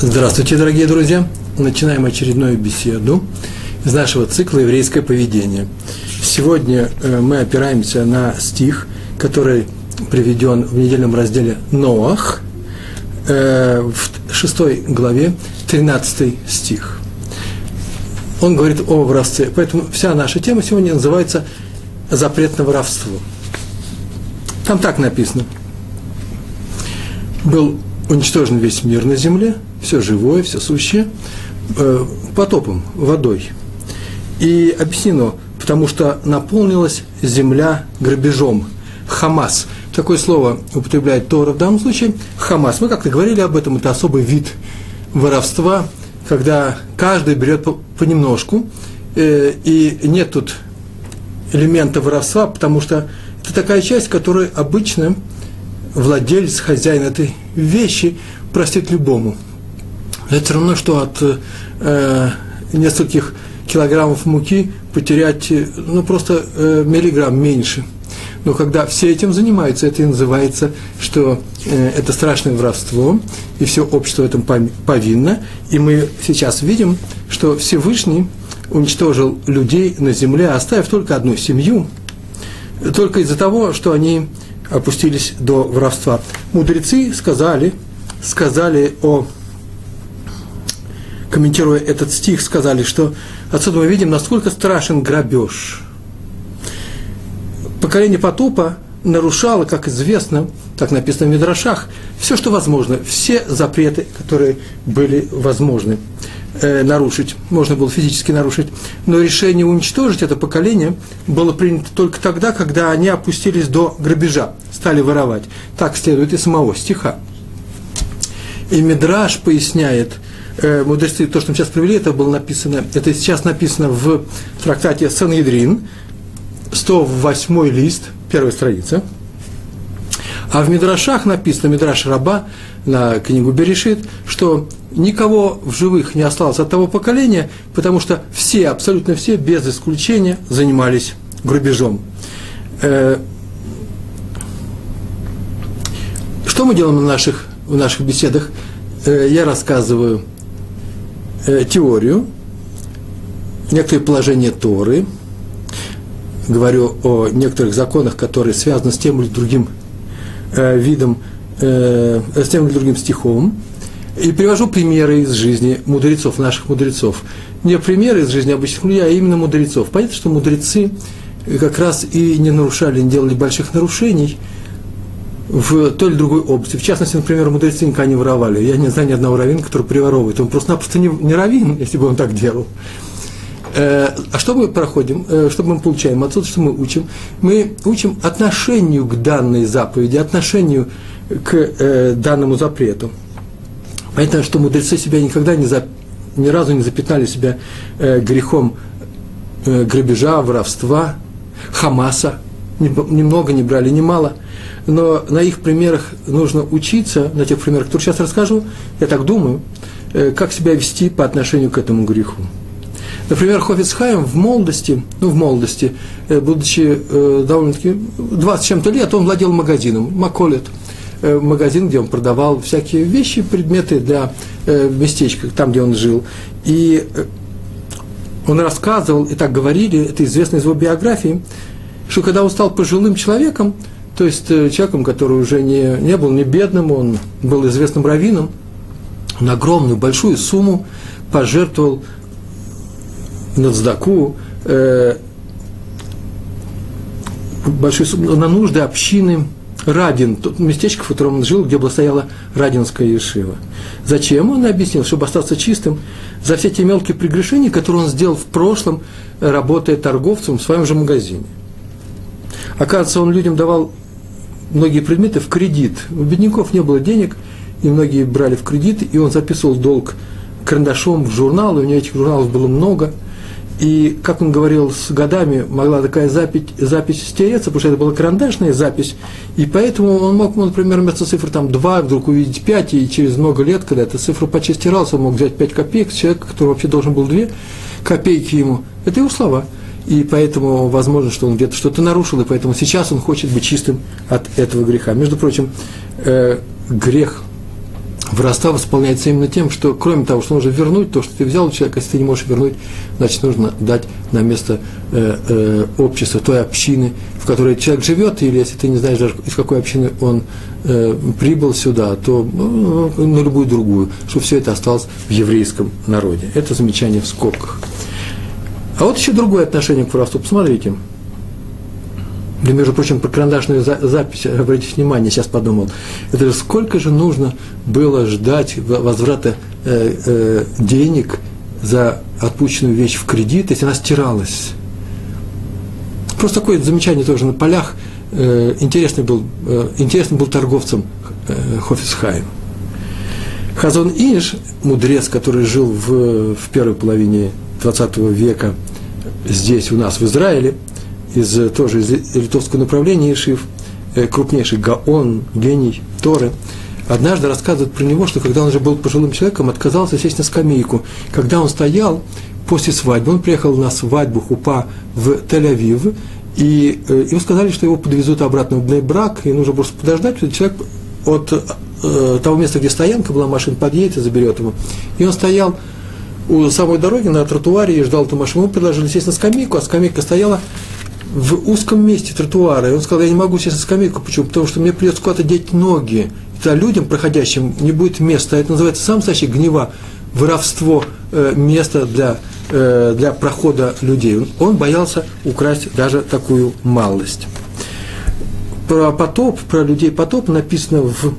Здравствуйте, дорогие друзья! Начинаем очередную беседу из нашего цикла «Еврейское поведение». Сегодня мы опираемся на стих, который приведен в недельном разделе «Ноах», в 6 главе, 13 стих. Он говорит о воровстве, поэтому вся наша тема сегодня называется «Запрет на воровство». Там так написано. Был уничтожен весь мир на земле, все живое, все сущее, потопом, водой. И объяснено, потому что наполнилась земля грабежом. Хамас. Такое слово употребляет Тора в данном случае. Хамас. Мы как-то говорили об этом, это особый вид воровства, когда каждый берет понемножку, и нет тут элемента воровства, потому что это такая часть, которую обычно владелец, хозяин этой вещи простит любому. Это все равно, что от нескольких килограммов муки потерять, просто миллиграмм меньше. Но когда все этим занимаются, это и называется, что это страшное воровство, и все общество в этом повинно. И мы сейчас видим, что Всевышний уничтожил людей на земле, оставив только одну семью, только из-за того, что они опустились до воровства. Мудрецы сказали, комментируя этот стих, сказали, что отсюда мы видим, насколько страшен грабеж. Поколение потопа нарушало, как известно, так написано в Мидрашах, все, что возможно, все запреты, которые были возможны нарушить, можно было физически нарушить, но решение уничтожить это поколение было принято только тогда, когда они опустились до грабежа, стали воровать. Так следует из самого стиха. И Мидраш поясняет, мудрецы, то, что мы сейчас привели, это сейчас написано в трактате Санхедрин, 108 лист, первая страница. А в Мидрашах написано, Мидраш Раба, на книгу Берешит, что никого в живых не осталось от того поколения, потому что все, абсолютно все, без исключения, занимались грабежом. Что мы делаем в наших беседах? Я рассказываю теорию, некоторые положения Торы, говорю о некоторых законах, которые связаны с тем или другим видом, с тем или другим стихом, и привожу примеры из жизни мудрецов, наших мудрецов. Не примеры из жизни обычных людей, а именно мудрецов. Понятно, что мудрецы как раз и не нарушали, не делали больших нарушений в той или другой области. В частности, например, мудрецы никогда не воровали. Я не знаю ни одного раввина, который приворовывает. Он просто-напросто не раввин, если бы он так делал. А что мы проходим, что мы получаем отсюда, что мы учим? Мы учим отношению к данной заповеди, отношению к данному запрету. Понятно, что мудрецы себя никогда ни разу не запятнали себя грехом грабежа, воровства, хамаса. Немного не брали, немало. Но на их примерах нужно учиться, на тех примерах, которые сейчас расскажу, я так думаю, как себя вести по отношению к этому греху. Например, Хофец Хаим в молодости, будучи довольно-таки 20 с чем-то лет, он владел магазином, Маколет, магазин, где он продавал всякие вещи, предметы для местечка, там, где он жил. И он рассказывал, и так говорили, это известно из его биографии, что когда он стал пожилым человеком, то есть человеком, который уже не был ни бедным, он был известным раввином, он огромную, большую сумму пожертвовал на цдаку, большую сумму на нужды общины Радин, то местечко, в котором он жил, где стояла Радинская ешива. Зачем? Он объяснил, чтобы остаться чистым за все те мелкие прегрешения, которые он сделал в прошлом, работая торговцем в своем же магазине. Оказывается, он людям давал многие предметы в кредит. У бедняков не было денег, и многие брали в кредит, и он записывал долг карандашом в журналы, у него этих журналов было много. И, как он говорил, с годами могла такая запись стереться, потому что это была карандашная запись, и поэтому он мог, например, вместо цифры 2 вдруг увидеть 5, и через много лет, когда эта цифра почти стиралась, он мог взять 5 копеек с человека, который вообще должен был 2 копейки ему. Это его слова. И поэтому возможно, что он где-то что-то нарушил, и поэтому сейчас он хочет быть чистым от этого греха. Между прочим, грех вырастал, восполняется именно тем, что кроме того, что нужно вернуть то, что ты взял у человека, если ты не можешь вернуть, значит, нужно дать на место общества, той общины, в которой человек живет, или если ты не знаешь даже, из какой общины он прибыл сюда, то на любую другую, чтобы все это осталось в еврейском народе. Это замечание в скобках. А вот еще другое отношение к воровству. Посмотрите. Да, между прочим, про карандашную запись, обратите внимание, сейчас подумал, это же сколько же нужно было ждать возврата денег за отпущенную вещь в кредит, если она стиралась. Просто такое замечание тоже на полях. Интересный был торговцем Хофец Хаим. Хазон Иш, мудрец, который жил в первой половине 20 века здесь у нас в Израиле, тоже из литовского направления Ишив, крупнейший Гаон, гений Торы, однажды рассказывает про него, что когда он уже был пожилым человеком, отказался сесть на скамейку. Когда он стоял после свадьбы, он приехал на свадьбу хупа в Тель-Авив, и ему сказали, что его подвезут обратно в Бней-Брак, и нужно просто подождать, что человек от того места, где стоянка была, машина подъедет и заберет его. И он стоял у самой дороги на тротуаре и ждал эту машину. Ему предложили сесть на скамейку, а скамейка стояла в узком месте тротуара. И он сказал, я не могу сесть на скамейку. Почему? Потому что мне придется куда-то деть ноги. Это людям, проходящим, не будет места. Это называется самое настоящее гнева, воровство места для прохода людей. Он боялся украсть даже такую малость. Про потоп, про людей потоп написано в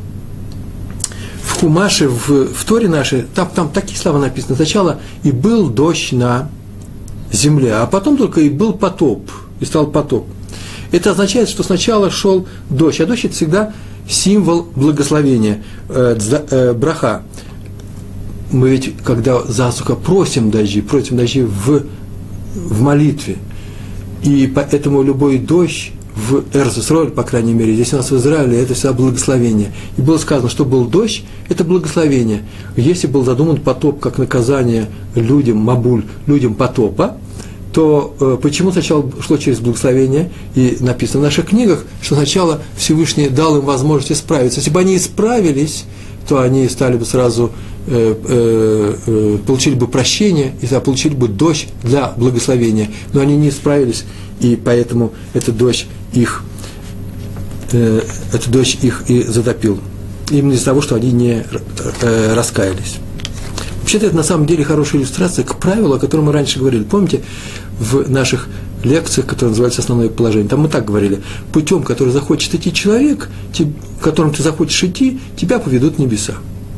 Хумаше, в Торе нашей, там такие слова написаны. Сначала и был дождь на земле, а потом только и был потоп, и стал потоп. Это означает, что сначала шел дождь, а дождь – это всегда символ благословения, браха. Мы ведь, когда засуха, просим дожди в молитве. И поэтому любой дождь в Эрц-Исроэль, по крайней мере, здесь у нас в Израиле, это всегда благословение. И было сказано, что был дождь, это благословение. Если был задуман потоп как наказание людям, мабуль, людям потопа, то почему сначала шло через благословение, и написано в наших книгах, что сначала Всевышний дал им возможность исправиться. Если бы они исправились, то они стали бы сразу, получили бы прощение, и получили бы дождь для благословения. Но они не исправились, и поэтому этот дождь их и затопил. Именно из-за того, что они не раскаялись. Вообще-то это на самом деле хорошая иллюстрация к правилу, о котором мы раньше говорили. Помните, в наших лекциях, которые называются «Основное положение», там мы так говорили: путем, который захочет идти человек, которым ты захочешь идти, тебя поведут небеса.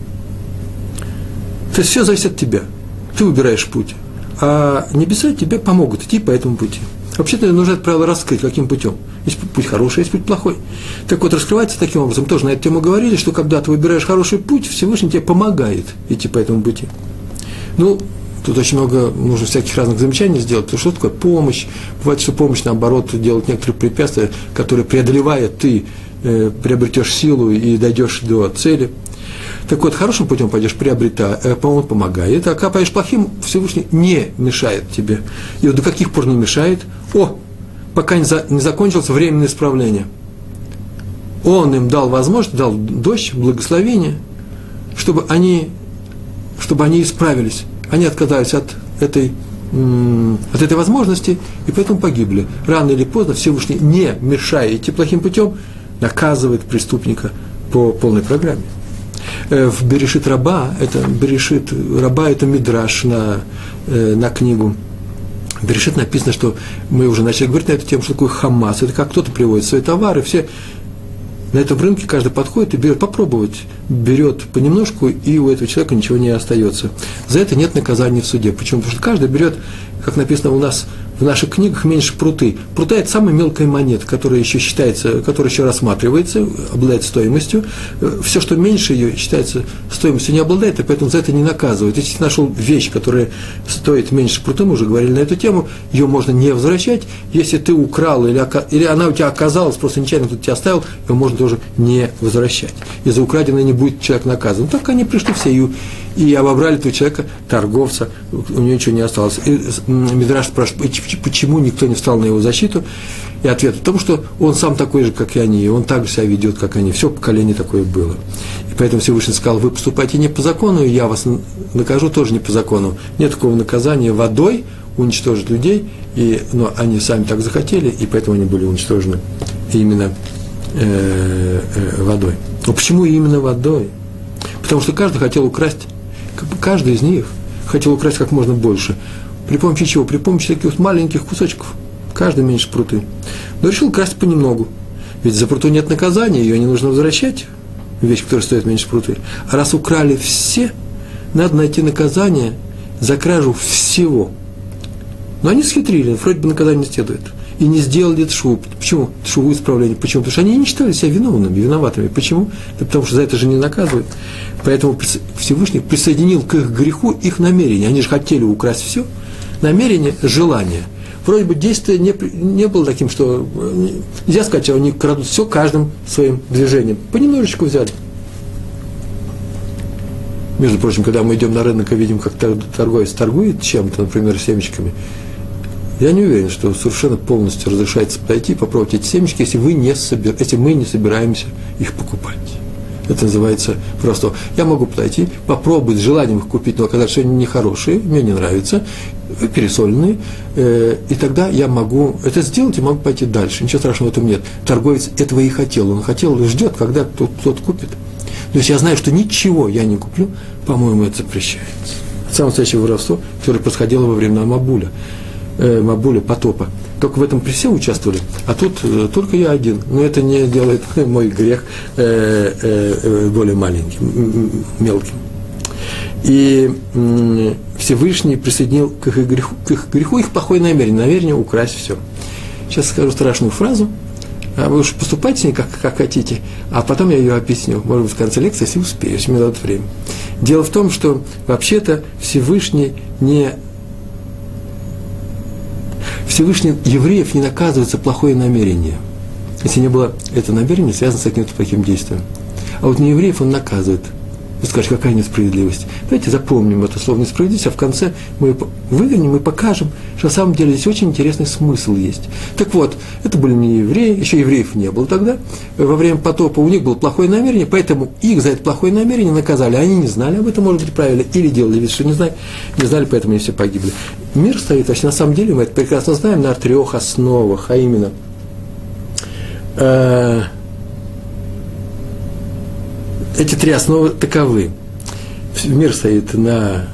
То есть все зависит от тебя. Ты выбираешь путь, а небеса тебе помогут идти по этому пути. Вообще-то нужно это правило раскрыть, каким путем. Есть путь хороший, есть путь плохой. Так вот, раскрывается таким образом. Тоже на эту тему говорили, что когда ты выбираешь хороший путь, Всевышний тебе помогает идти по этому пути. Ну, тут очень много нужно всяких разных замечаний сделать, потому что такое помощь. Бывает, что помощь, наоборот, делает некоторые препятствия, которые, преодолевая, ты приобретешь силу и дойдешь до цели. Так вот, хорошим путем пойдешь, он помогает, а когда пойдешь плохим, Всевышний не мешает тебе. И вот до каких пор не мешает? Пока не закончилось временное исправление. Он им дал возможность, дал дождь, благословение, чтобы они исправились. Они отказались от этой возможности, и поэтому погибли. Рано или поздно Всевышний, не мешая идти плохим путем, наказывает преступника по полной программе. В Берешит Раба, это мидраш на книгу. В Берешит написано, что мы уже начали говорить на эту тему, что такое хамас. Это как кто-то приводит свои товары, все на этом рынке каждый подходит и берет попробовать, берет понемножку, и у этого человека ничего не остается. За это нет наказания в суде. Почему? Потому что каждый берет, как написано у нас в наших книгах, меньше пруты. Прута – это самая мелкая монета, которая еще считается, которая еще рассматривается, обладает стоимостью. Все, что меньше ее считается стоимостью, не обладает, и поэтому за это не наказывают. Если ты нашел вещь, которая стоит меньше прута, мы уже говорили на эту тему, ее можно не возвращать. Если ты украл, или она у тебя оказалась, просто нечаянно кто-то тебя оставил, ее можно тоже не возвращать. И за украденное не будет человек наказан. Так они пришли все и обобрали этого человека, торговца, у него ничего не осталось. И Мидраш спрашивает, почему никто не встал на его защиту? И ответ в том, что он сам такой же, как и они, и он так же себя ведет, как они. Все поколение такое было. И поэтому Всевышний сказал: вы поступаете не по закону, и я вас накажу тоже не по закону. Нет такого наказания водой уничтожить людей, но они сами так захотели, и поэтому они были уничтожены именно водой. Но почему именно водой? Потому что каждый хотел украсть, каждый из них хотел украсть как можно больше. При помощи чего? При помощи таких вот маленьких кусочков, каждый меньше пруты. Но решил красть понемногу. Ведь за пруту нет наказания, ее не нужно возвращать, вещь, которая стоит меньше пруты. А раз украли все, надо найти наказание за кражу всего. Но они схитрили, вроде бы наказание не следует. И не сделали тшуву. Почему? Тшуву исправление. Почему? Потому что они не считали себя виновными, виноватыми. Почему? Да потому что за это же не наказывают. Поэтому Всевышний присоединил к их греху их намерение. Они же хотели украсть все. Намерение, желание. Вроде бы действие не было таким, что нельзя сказать, что они крадут все каждым своим движением. Понемножечку взяли. Между прочим, когда мы идем на рынок и видим, как торговец торгует чем-то, например, семечками, я не уверен, что совершенно полностью разрешается подойти и попробовать эти семечки, если мы не собираемся их покупать. Это называется просто. Я могу подойти, попробовать с желанием их купить, но оказаться, что они нехорошие, мне не нравятся, пересоленные, и тогда я могу это сделать и могу пойти дальше. Ничего страшного в этом нет. Торговец этого и хотел. Он хотел и ждет, когда кто-то купит. Но если я знаю, что ничего я не куплю, по-моему, это запрещается. Это самое настоящее воровство, которое происходило во времена Мабуля, потопа. Только в этом все участвовали, а тут только я один. Но это не делает мой грех более маленьким, мелким. И Всевышний присоединил к их греху их плохое намерение украсть все. Сейчас скажу страшную фразу, а вы уж поступайте с ней как хотите, а потом я ее объясню, может быть, в конце лекции, если успею, если мне дадут время. Дело в том, что вообще-то Всевышний евреев не наказывает за плохое намерение, если не было это намерение связано с каким-то плохим действием. А вот не евреев он наказывает. Вы скажете, какая несправедливость. Давайте запомним это слово несправедливость, а в конце мы вывернем и покажем, что на самом деле здесь очень интересный смысл есть. Так вот, это были не евреи, еще евреев не было тогда. Во время потопа у них было плохое намерение, поэтому их за это плохое намерение наказали. Они не знали об этом, может быть, правильно, или делали вид, что не знали, поэтому они все погибли. Мир стоит, вообще на самом деле, мы это прекрасно знаем, на 3 основах, а именно эти 3 основы таковы. Мир стоит на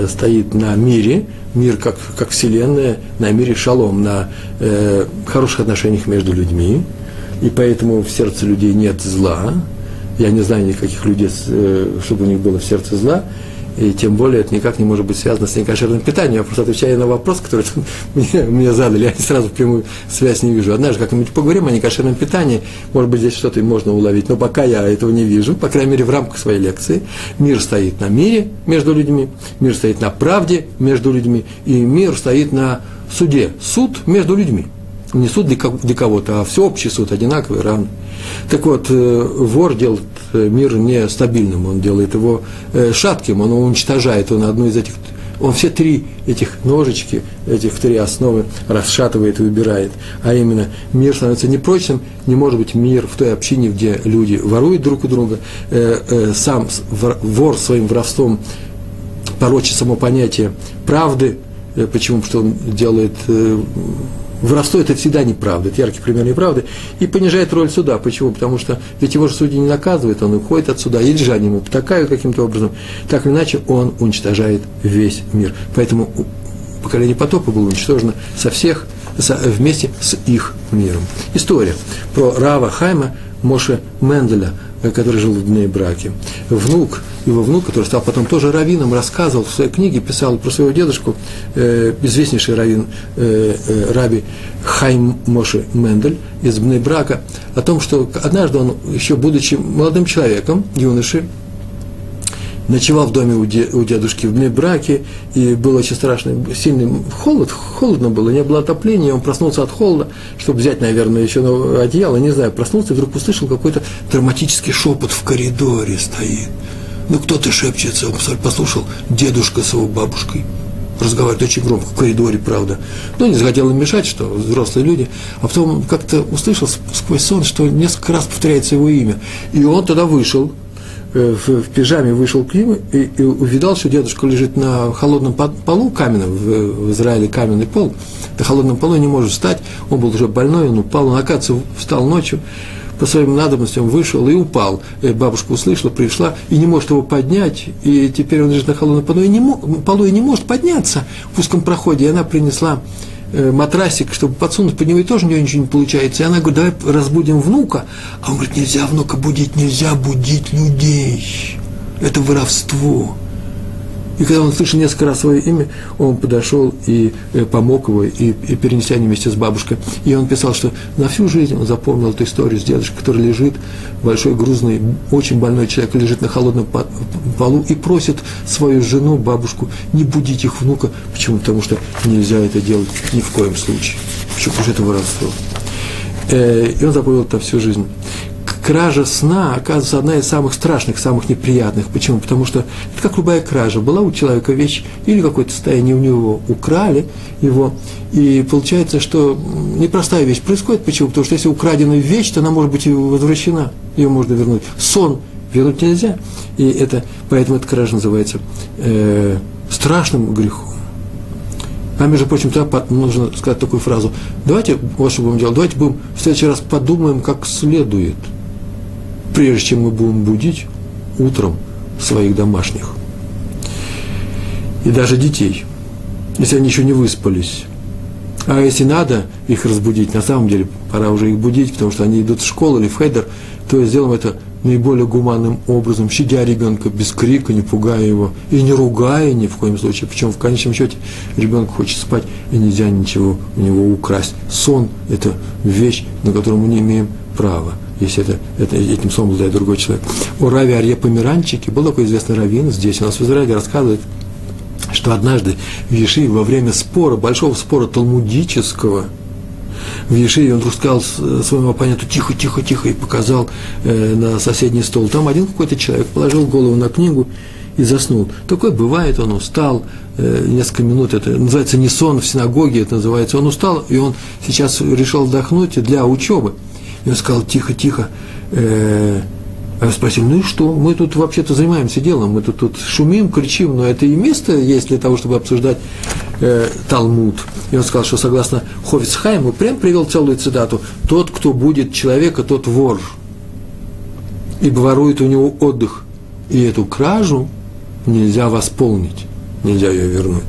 мире, мир как вселенная, на мире шалом, на хороших отношениях между людьми, и поэтому в сердце людей нет зла. Я не знаю никаких людей, чтобы у них было в сердце зла, и тем более это никак не может быть связано с некошерным питанием. Я просто отвечаю на вопрос, который мне задали, я сразу прямую связь не вижу. Однажды как-нибудь поговорим о некошерном питании, может быть, здесь что-то можно уловить, но пока я этого не вижу, по крайней мере, в рамках своей лекции. Мир стоит на мире между людьми, мир стоит на правде между людьми, и мир стоит на суде, суд между людьми. Не суд для кого-то, а всеобщий суд, одинаковый, равный. Так вот, вор делает мир нестабильным, он делает его шатким, он его уничтожает, он одну из этих, он все 3 этих ножички, этих 3 основы расшатывает и убирает. А именно, мир становится непрочным, не может быть мир в той общине, где люди воруют друг у друга, сам вор своим воровством порочит само понятие правды. Почему? Потому что он делает... Воровство – это всегда неправда, это яркий пример неправды, и понижает роль суда. Почему? Потому что ведь его же судьи не наказывают, он уходит от суда, или же они ему потакают каким-то образом. Так или иначе, он уничтожает весь мир. Поэтому поколение потопа было уничтожено вместе с их миром. История про Рава Хайма Моше Менделя, который жил в Бней-Браке. Его внук, который стал потом тоже раввином, рассказывал в своей книге, писал про своего дедушку, известнейший раввин Раби Хайм Моше Мендель из Бней-Брака, о том, что однажды он, еще будучи молодым человеком, юношей, ночевал в доме у дедушки в Бней-Браке, и был очень страшный, сильный холодно было, не было отопления, он проснулся от холода, чтобы взять, наверное, еще одеяло, не знаю, проснулся, и вдруг услышал какой-то драматический шепот в коридоре стоит. Ну, кто-то шепчется, он послушал, дедушка с его бабушкой. разговаривает очень громко, в коридоре, правда. Но не захотел им мешать, что взрослые люди. А потом он как-то услышал сквозь сон, что несколько раз повторяется его имя. И он тогда вышел, в пижаме вышел к ним и увидал, что дедушка лежит на холодном полу каменном, в Израиле каменный пол, на холодном полу не может встать, он был уже больной, он упал, он, оказывается, встал ночью, по своим надобностям вышел и упал. Бабушка услышала, пришла и не может его поднять, и теперь он лежит на холодном полу и не может подняться в узком проходе, и она принесла матрасик, чтобы подсунуть под него, и тоже у нее ничего не получается. И она говорит, давай разбудим внука. А он говорит, нельзя внука будить, нельзя будить людей. Это воровство. И когда он слышал несколько раз свое имя, он подошел и помог его, и перенесли они вместе с бабушкой. И он писал, что на всю жизнь он запомнил эту историю с дедушкой, который лежит, большой, грузный, очень больной человек, лежит на холодном полу и просит свою жену, бабушку, не будить их внука. Почему? Потому что нельзя это делать ни в коем случае. Почему? Потому что это воровство. И он запомнил это всю жизнь. Кража сна, оказывается, одна из самых страшных, самых неприятных. Почему? Потому что это как любая кража. Была у человека вещь или какое-то состояние у него, украли его, и получается, что непростая вещь происходит. Почему? Потому что если украдена вещь, то она может быть и возвращена, ее можно вернуть. Сон вернуть нельзя, и поэтому эта кража называется страшным грехом. А между прочим, тогда нужно сказать такую фразу. Давайте, вот что будем делать, давайте будем в следующий раз подумаем как следует, прежде чем мы будем будить утром своих домашних. И даже детей, если они еще не выспались. А если надо их разбудить, на самом деле пора уже их будить, потому что они идут в школу или в хедер, то сделаем это наиболее гуманным образом, щадя ребенка без крика, не пугая его и не ругая ни в коем случае. Причем в конечном счете ребенок хочет спать, и нельзя ничего у него украсть. Сон – это вещь, на которую мы не имеем права, если этим сном обладает другой человек. О Раве Арье Померанчике был такой известный раввин здесь, у нас в Израиле, рассказывает, что однажды в Ешиве во время спора, большого спора талмудического, в Ешиве он вдруг сказал своему оппоненту тихо, тихо, тихо, и показал на соседний стол. Там один какой-то человек положил голову на книгу и заснул. Такое бывает, он устал, несколько минут, это называется не сон в синагоге, это называется, он устал, и он сейчас решил отдохнуть для учебы. И он сказал тихо, тихо, а спросили, ну и что, мы тут вообще-то занимаемся делом, мы тут шумим, кричим, но это и место есть для того, чтобы обсуждать Талмуд. И он сказал, что согласно Хофец Хаиму, прям привел целую цитату, тот, кто будет человека, тот вор, ибо ворует у него отдых, и эту кражу нельзя восполнить, нельзя ее вернуть.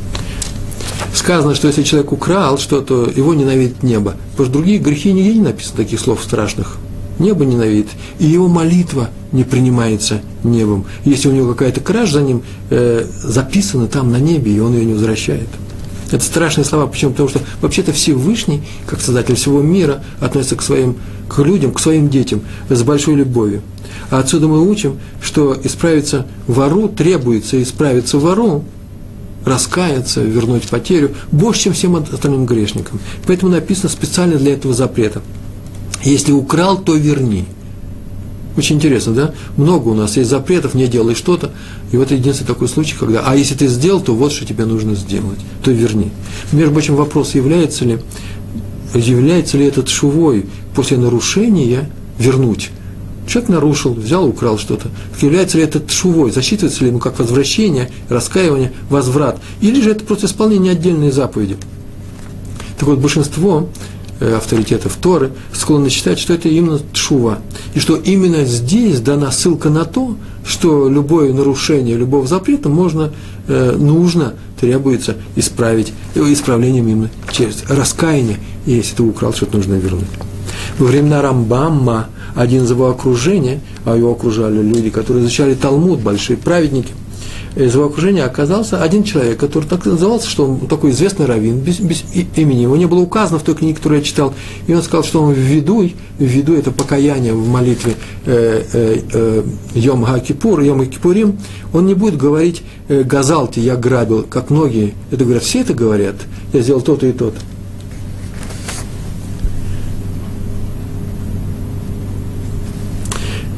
Сказано, что если человек украл что-то, его ненавидит небо, потому что другие грехи нигде не написано таких слов страшных. Небо ненавидит, и его молитва не принимается небом. Если у него какая-то кража за ним записана там на небе, и он ее не возвращает. Это страшные слова. Почему? Потому что вообще-то Всевышний, как Создатель всего мира, относится к людям, к своим детям с большой любовью. А отсюда мы учим, что исправиться вору, требуется исправиться вору, раскаяться, вернуть потерю, больше, чем всем остальным грешникам. Поэтому написано специально для этого запрета. Если украл, то верни. Очень интересно, да? Много у нас есть запретов, не делай что-то. И вот единственный такой случай, когда, а если ты сделал, то вот что тебе нужно сделать, то верни. Между прочим, вопрос, является ли этот шувой после нарушения вернуть? Человек нарушил, взял, украл что-то. Так является ли этот шувой? Засчитывается ли ему как возвращение, раскаивание, возврат? Или же это просто исполнение отдельной заповеди? Так вот, большинство авторитетов Торы склонны считать, что это именно тшува. И что именно здесь дана ссылка на то, что любое нарушение любого запрета нужно, требуется исправить, исправлением именно через раскаяние. И если ты украл, что-то нужно вернуть. Во времена Рамбама один из его окружения, а его окружали люди, которые изучали Талмуд, большие праведники, из его окружения оказался один человек, который так назывался, что он такой известный раввин, без имени, его не было указано в той книге, которую я читал, и он сказал, что он в виду это покаяние в молитве Йом ха-Кипурим, он не будет говорить «газалти, я грабил», как многие это говорят, все это говорят, я сделал то-то и то-то.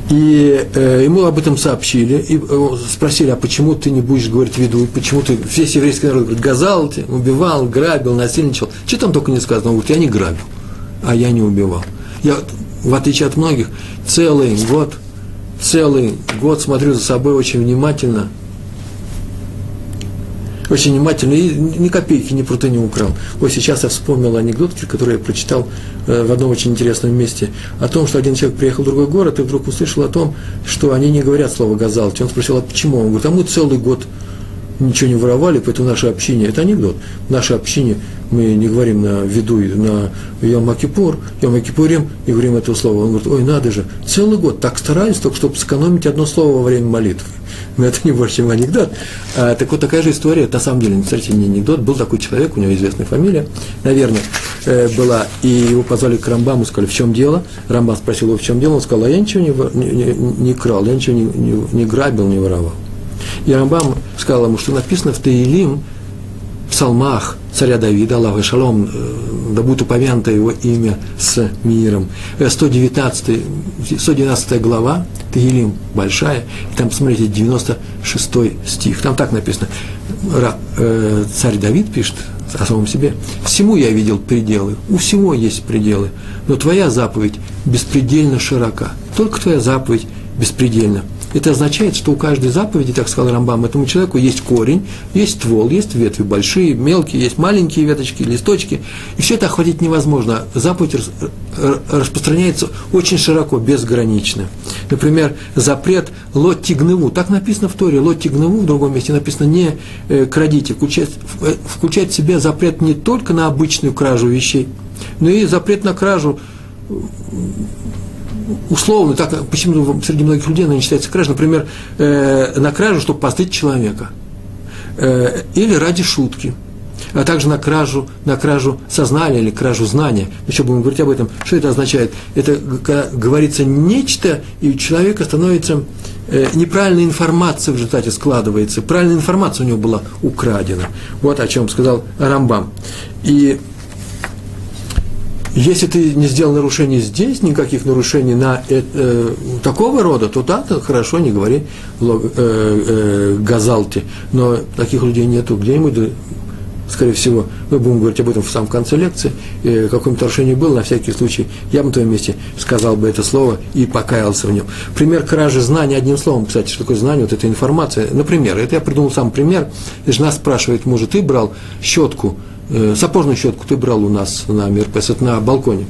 И ему об этом сообщили, и спросили, а почему ты не будешь говорить виду, почему ты, весь еврейский народ говорит, газал ты, убивал, грабил, насильничал. Что там только не сказано, он говорит, я не грабил, а я не убивал. Я, в отличие от многих, целый год смотрю за собой очень внимательно, и ни копейки, ни прута не украл. Вот сейчас я вспомнил анекдот, который я прочитал в одном очень интересном месте, о том, что один человек приехал в другой город и вдруг услышал о том, что они не говорят слово «газалти». Он спросил, а почему? Он говорит, а мы целый год ничего не воровали, поэтому наше общение, это анекдот, наше общение, мы не говорим на виду, на Йом-Кипур, Йом-Кипурим, не говорим этого слова. Он говорит, ой, надо же, целый год так старались, только чтобы сэкономить одно слово во время молитвы. Но это не больше, чем анекдот. Так вот, такая же история, на самом деле, кстати, не анекдот, был такой человек, у него известная фамилия, наверное, была, и его позвали к Рамбаму, сказали, в чем дело? Рамбам спросил его, в чем дело, он сказал, а я ничего не крал, я ничего не грабил, не воровал. И Рамбам сказал ему, что написано в Таилим, в псалмах царя Давида, Аллаху шалом, да будет упомянуто его имя с миром. 119 глава, Таилим большая, и там, посмотрите, 96 стих, там так написано, царь Давид пишет о самом себе, всему я видел пределы, у всего есть пределы, но твоя заповедь беспредельно широка, только твоя заповедь беспредельна. Это означает, что у каждой заповеди, так сказал Рамбам, этому человеку есть корень, есть ствол, есть ветви большие, мелкие, есть маленькие веточки, листочки. И все это охватить невозможно. Заповедь распространяется очень широко, безгранично. Например, запрет лот тигневу. Так написано в Торе. Лот тигневу, в другом месте написано не крадите. Включает в себя запрет не только на обычную кражу вещей, но и запрет на кражу условно, так почему среди многих людей она не считается кражей, например, на кражу, чтобы постыдить человека, или ради шутки, а также на кражу сознания или кражу знания. Еще будем говорить об этом. Что это означает? Это, когда говорится нечто, и у человека становится неправильная информация в результате складывается, правильная информация у него была украдена. Вот о чем сказал Рамбам. И если ты не сделал нарушений здесь, никаких нарушений на такого рода, то да, то хорошо, не говори газалти. Но таких людей нету где-нибудь, скорее всего, мы будем говорить об этом в самом конце лекции, какое-нибудь нарушение было, на всякий случай, я бы на твоем месте сказал бы это слово и покаялся в нем. Пример кражи знаний, одним словом, кстати, что такое знание, вот эта информация. Например, это я придумал сам пример, жена спрашивает мужа, ты брал щетку, сапожную щетку ты брал у нас на МРПС, это на балконе.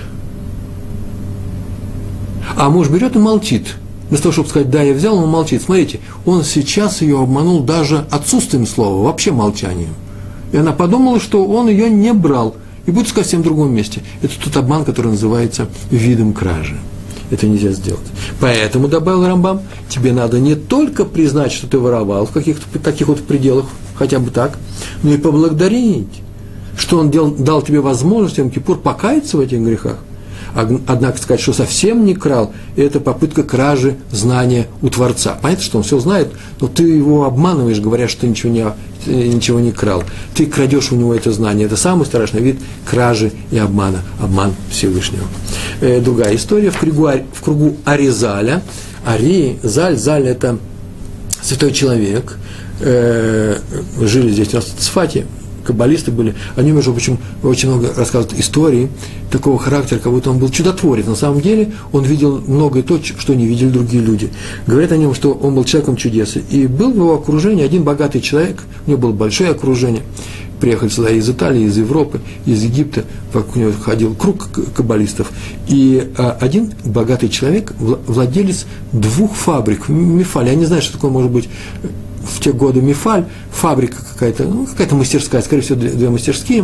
А муж берет и молчит. Вместо того, чтобы сказать, да, я взял, он молчит. Смотрите, он сейчас ее обманул даже отсутствием слова, вообще молчанием. И она подумала, что он ее не брал. И будет сказать в совсем другом месте. Это тот обман, который называется видом кражи. Это нельзя сделать. Поэтому, добавил Рамбам, тебе надо не только признать, что ты воровал в каких-то таких вот пределах, хотя бы так, но и поблагодарить, что он дал тебе возможность, Йом-Кипур, покаяться в этих грехах. Однако сказать, что совсем не крал, это попытка кражи знания у Творца. Понятно, что он все знает, но ты его обманываешь, говоря, что ты ничего не крал. Ты крадешь у него это знание. Это самый страшный вид кражи и обмана. Обман Всевышнего. Другая история в кругу Аризаля. Заль – это святой человек. Жили здесь у нас в Цфате. Каббалисты были, они, между прочим, очень много рассказывают истории такого характера, как будто он был чудотворец. На самом деле он видел многое то, что не видели другие люди. Говорят о нем, что он был человеком чудес. И был в его окружении один богатый человек, у него было большое окружение. Приехали сюда из Италии, из Европы, из Египта, вокруг него ходил круг каббалистов. И один богатый человек, владелец 2 фабрик, Мифаль, я не знаю, что такое может быть в те годы Мифаль, фабрика какая-то, какая-то мастерская, скорее всего, 2 мастерские.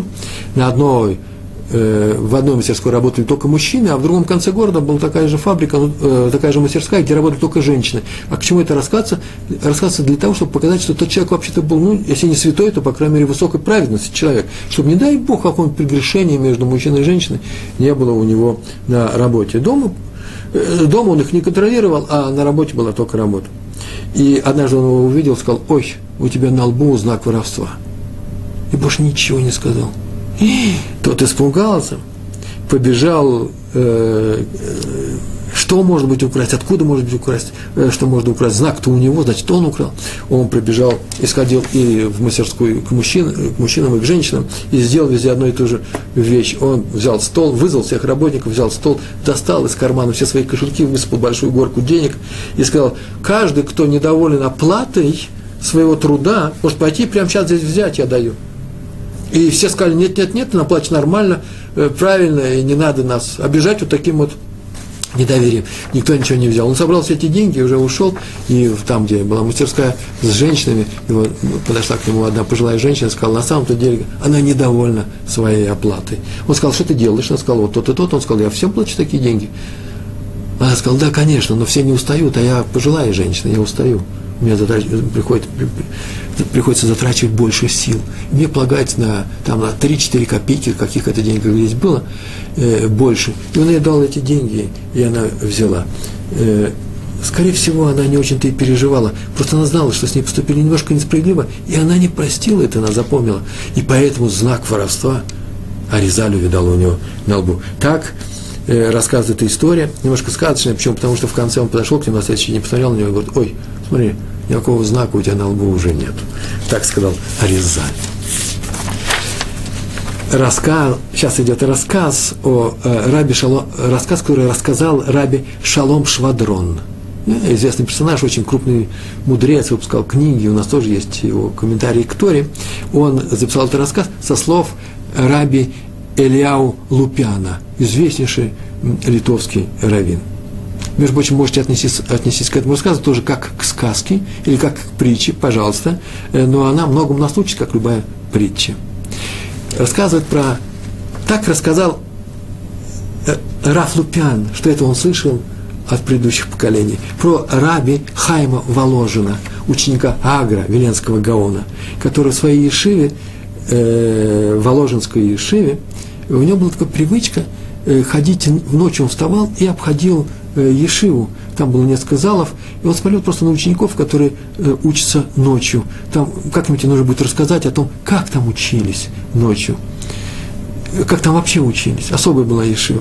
В одной мастерской работали только мужчины, а в другом конце города была такая же фабрика, такая же мастерская, где работали только женщины. А к чему это рассказывается? Рассказывается для того, чтобы показать, что тот человек вообще-то был, если не святой, то, по крайней мере, высокой праведности человек. Чтобы, не дай Бог, какого-нибудь прегрешения между мужчиной и женщиной не было у него на работе. Дома он их не контролировал, а на работе была только работа. И однажды он его увидел, сказал, ой, у тебя на лбу знак воровства. И больше ничего не сказал. И тот испугался, побежал, что что может быть украсть, откуда может быть украсть, что можно украсть. Знак-то у него, значит, он украл. Он прибежал и сходил и в мастерскую к мужчинам и к женщинам, и сделал везде одну и ту же вещь. Он взял стол, вызвал всех работников, взял стол, достал из кармана все свои кошельки, высыпал большую горку денег и сказал: каждый, кто недоволен оплатой своего труда, может пойти прямо сейчас здесь взять, я даю. И все сказали: нет, нет, нет, она платит нормально, правильно, и не надо нас обижать вот таким вот недоверием. Никто ничего не взял. Он собрал все эти деньги, уже ушел, и там, где была мастерская с женщинами, подошла к нему одна пожилая женщина, сказала: на самом-то деле она недовольна своей оплатой. Он сказал: что ты делаешь? Она сказала: вот тот и тот. Он сказал: я всем плачу такие деньги. Она сказала: да, конечно, но все не устают, а я пожилая женщина, я устаю. Мне приходится затрачивать больше сил. Мне полагается на 3-4 копейки, каких это денег здесь было, больше. И он ей дал эти деньги, и она взяла. Скорее всего, она не очень-то и переживала. Просто она знала, что с ней поступили немножко несправедливо, и она не простила это, она запомнила. И поэтому знак воровства Аризаль увидал у него на лбу. Так рассказывает эта история, немножко сказочная. Почему? Потому что в конце он подошел к нему на следующий день, посмотрел на него и говорит: ой, смотри, никакого знака у тебя на лбу уже нет. Так сказал Аризаль. Сейчас идет рассказ о Раби Шалом, рассказ, который рассказал Раби Шалом Швадрон. Известный персонаж, очень крупный мудрец, выпускал книги, у нас тоже есть его комментарии к Торе. Он записал этот рассказ со слов Раби Элиау Лупяна, известнейший литовский раввин. Между прочим, можете отнестись к этому рассказу тоже как к сказке или как к притче, пожалуйста, но она многому нас учит, как любая притча. Рассказывает про... Так рассказал Рав Лупян, что это он слышал от предыдущих поколений, про раби Хайма Воложина, ученика Агра, Виленского Гаона, который в своей ешиве, Воложинской ешиве, у него была такая привычка ходить, ночью он вставал и обходил ешиву. Там было несколько залов, и он смотрел просто на учеников, которые учатся ночью. Там как-нибудь нужно будет рассказать о том, как там учились ночью, как там вообще учились. Особая была ешива.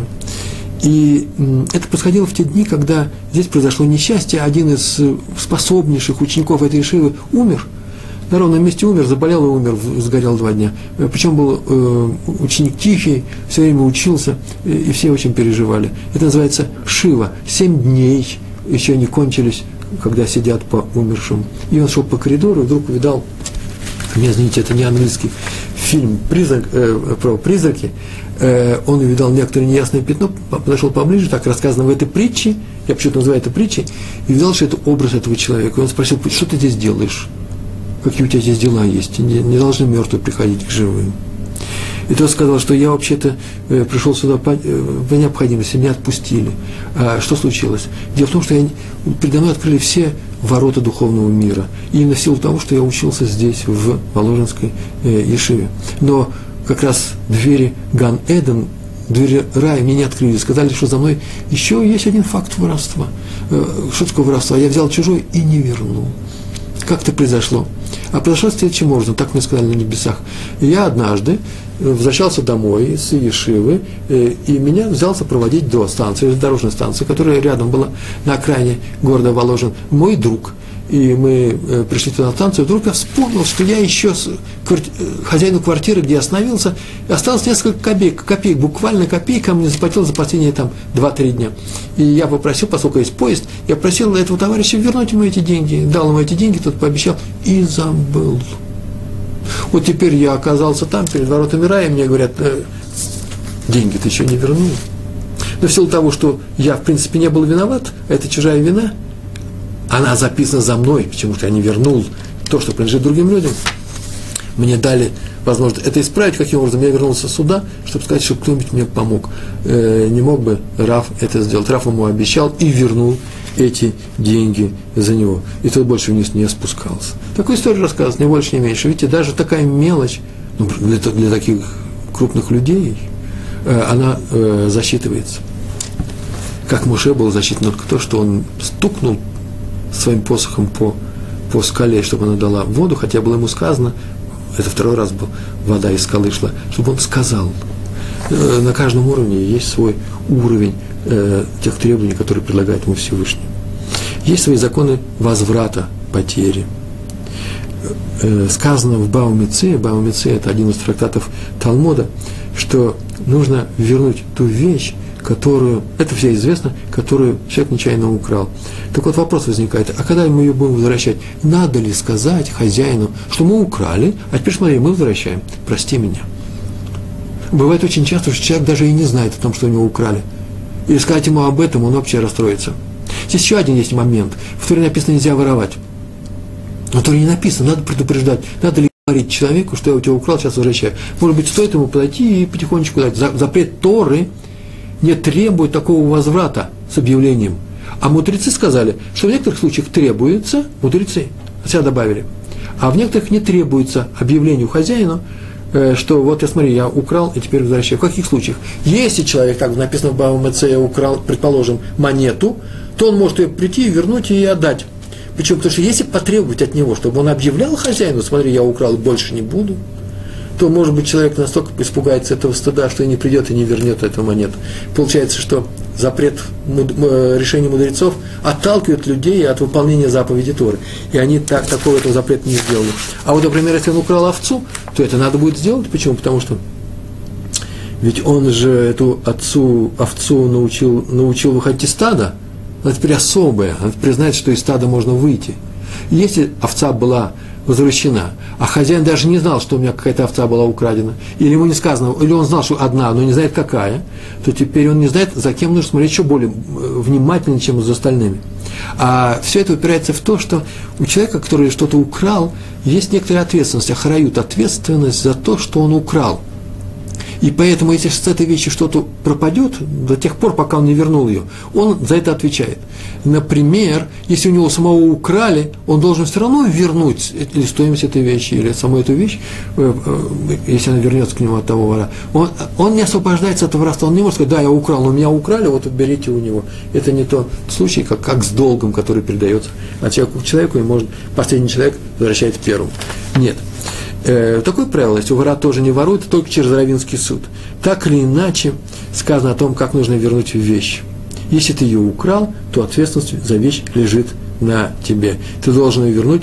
И это происходило в те дни, когда здесь произошло несчастье. Один из способнейших учеников этой ешивы умер. На ровном месте умер, заболел и умер, сгорел 2 дня. Причем был ученик тихий, все время учился, и все очень переживали. Это называется шива. 7 дней еще не кончились, когда сидят по умершим. И он шел по коридору, и вдруг увидал, не извините, это не английский фильм про призраки, он увидал некоторое неясное пятно, подошел поближе, так рассказано в этой притче, я почему-то называю это притчей, и увидел, что это образ этого человека. И он спросил: что ты здесь делаешь? Какие у тебя здесь дела есть? Не должны мертвые приходить к живым. И тот сказал, что я вообще-то пришел сюда по необходимости, меня отпустили. А что случилось? Дело в том, что передо мной открыли все ворота духовного мира. И именно в силу того, что я учился здесь, в Воложинской ешиве. Но как раз двери Ган-Эден, двери рая мне не открыли. Сказали, что за мной еще есть один факт воровства. Что такое воровство? Я взял чужой и не вернул. Как это произошло? А произошло следующим образом, так мне сказали на небесах. Я однажды возвращался домой с ешивы, и меня взялся проводить до станции, дорожной станции, которая рядом была, на окраине города Воложин, мой друг. И мы пришли туда на станцию, и вдруг я вспомнил, что я еще хозяину квартиры, где я остановился, осталось несколько копеек, буквально копейка мне заплатил за последние 2-3 дня. И я попросил, поскольку есть поезд, я просил этого товарища вернуть ему эти деньги, дал ему эти деньги, тот пообещал, и забыл. Вот теперь я оказался там, перед воротами рая, и мне говорят: деньги ты еще не вернул. Но в силу того, что я, в принципе, не был виноват, это чужая вина, она записана за мной, почему-то я не вернул то, что принадлежит другим людям. Мне дали возможность это исправить. Каким образом? Я вернулся сюда, чтобы сказать, что кто-нибудь мне помог. Не мог бы Рав это сделать. Рав ему обещал и вернул эти деньги за него. И тот больше вниз не спускался. Такую историю рассказывать, ни больше, ни меньше. Видите, даже такая мелочь, для таких крупных людей, она засчитывается. Как Моше был засчитан только то, что он стукнул своим посохом по скале, чтобы она дала воду, хотя было ему сказано, это 2-й раз был, вода из скалы шла, чтобы он сказал. На каждом уровне есть свой уровень тех требований, которые предлагает ему Всевышний. Есть свои законы возврата потери. Сказано в Бава Меция, это один из трактатов Талмуда, что нужно вернуть ту вещь, которую, это все известно, которую человек нечаянно украл. Так вот вопрос возникает, а когда мы ее будем возвращать, надо ли сказать хозяину, что мы украли, а теперь смотри, мы возвращаем, прости меня. Бывает очень часто, что человек даже и не знает о том, что у него украли. И сказать ему об этом, он вообще расстроится. Здесь еще один есть момент, в Торе написано нельзя воровать. Но в Торе не написано, надо предупреждать, надо ли говорить человеку, что я у тебя украл, сейчас возвращаю. Может быть, стоит ему подойти и потихонечку дать. Запрет Торы не требует такого возврата с объявлением. А мудрецы сказали, что в некоторых случаях требуется, мудрецы от себя добавили, а в некоторых не требуется объявлению хозяину, что вот я смотри, я украл и теперь возвращаю. В каких случаях? Если человек, так написано в Бава Меция, украл, предположим, монету, то он может ее прийти, вернуть и отдать. Причем, потому что если потребовать от него, чтобы он объявлял хозяину, смотри, я украл и больше не буду, то, может быть, человек настолько испугается этого стыда, что и не придет и не вернет эту монету. Получается, что запрет решения мудрецов отталкивает людей от выполнения заповеди Торы. И они такого этого запрета не сделали. А вот, например, если он украл овцу, то это надо будет сделать. Почему? Потому что ведь он же эту овцу научил выходить из стада. Она теперь особая. Она теперь знает, что из стада можно выйти. И если овца была возвращена, а хозяин даже не знал, что у меня какая-то овца была украдена, или ему не сказано, или он знал, что одна, но не знает какая, то теперь он не знает, за кем нужно смотреть еще более внимательно, чем за остальными. А все это упирается в то, что у человека, который что-то украл, есть некоторая ответственность, ахарают, ответственность за то, что он украл. И поэтому, если с этой вещи что-то пропадет, до тех пор, пока он не вернул ее, он за это отвечает. Например, если у него самого украли, он должен все равно вернуть или стоимость этой вещи, или саму эту вещь, если она вернется к нему от того вора. Он не освобождается от воровства, он не может сказать, да, я украл, но меня украли, вот берите у него. Это не тот случай, как с долгом, который передается от человека к человеку, и может последний человек возвращает первому. Нет. Такое правило, если вора тоже не ворует, только через раввинский суд. Так или иначе, сказано о том, как нужно вернуть вещь. Если ты ее украл, то ответственность за вещь лежит на тебе. Ты должен ее вернуть,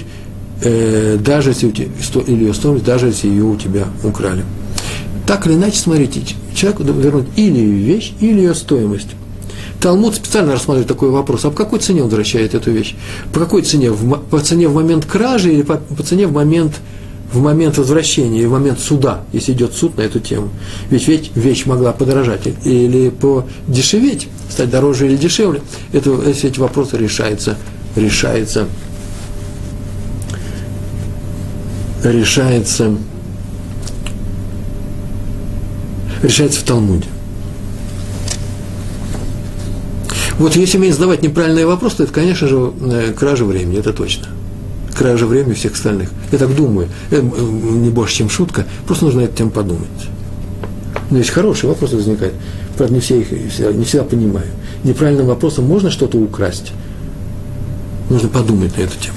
даже если у тебя, или ее стоимость, даже если ее у тебя украли. Так или иначе, смотрите, человеку вернуть или вещь, или ее стоимость. Талмуд специально рассматривает такой вопрос, а по какой цене он возвращает эту вещь? По какой цене? По цене в момент кражи или по цене в момент возвращения и в момент суда, если идет суд на эту тему. Ведь вещь могла подорожать или подешеветь, стать дороже или дешевле. Эти вопросы решаются в Талмуде. Вот если мне задавать неправильные вопросы, то это, конечно же, кража времени, это точно. Кража времени всех остальных. Я так думаю. Это не больше, чем шутка. Просто нужно эту тему подумать. Но есть хорошие вопросы возникают. Правда, не всегда понимаю. Неправильным вопросом можно что-то украсть. Нужно подумать на эту тему.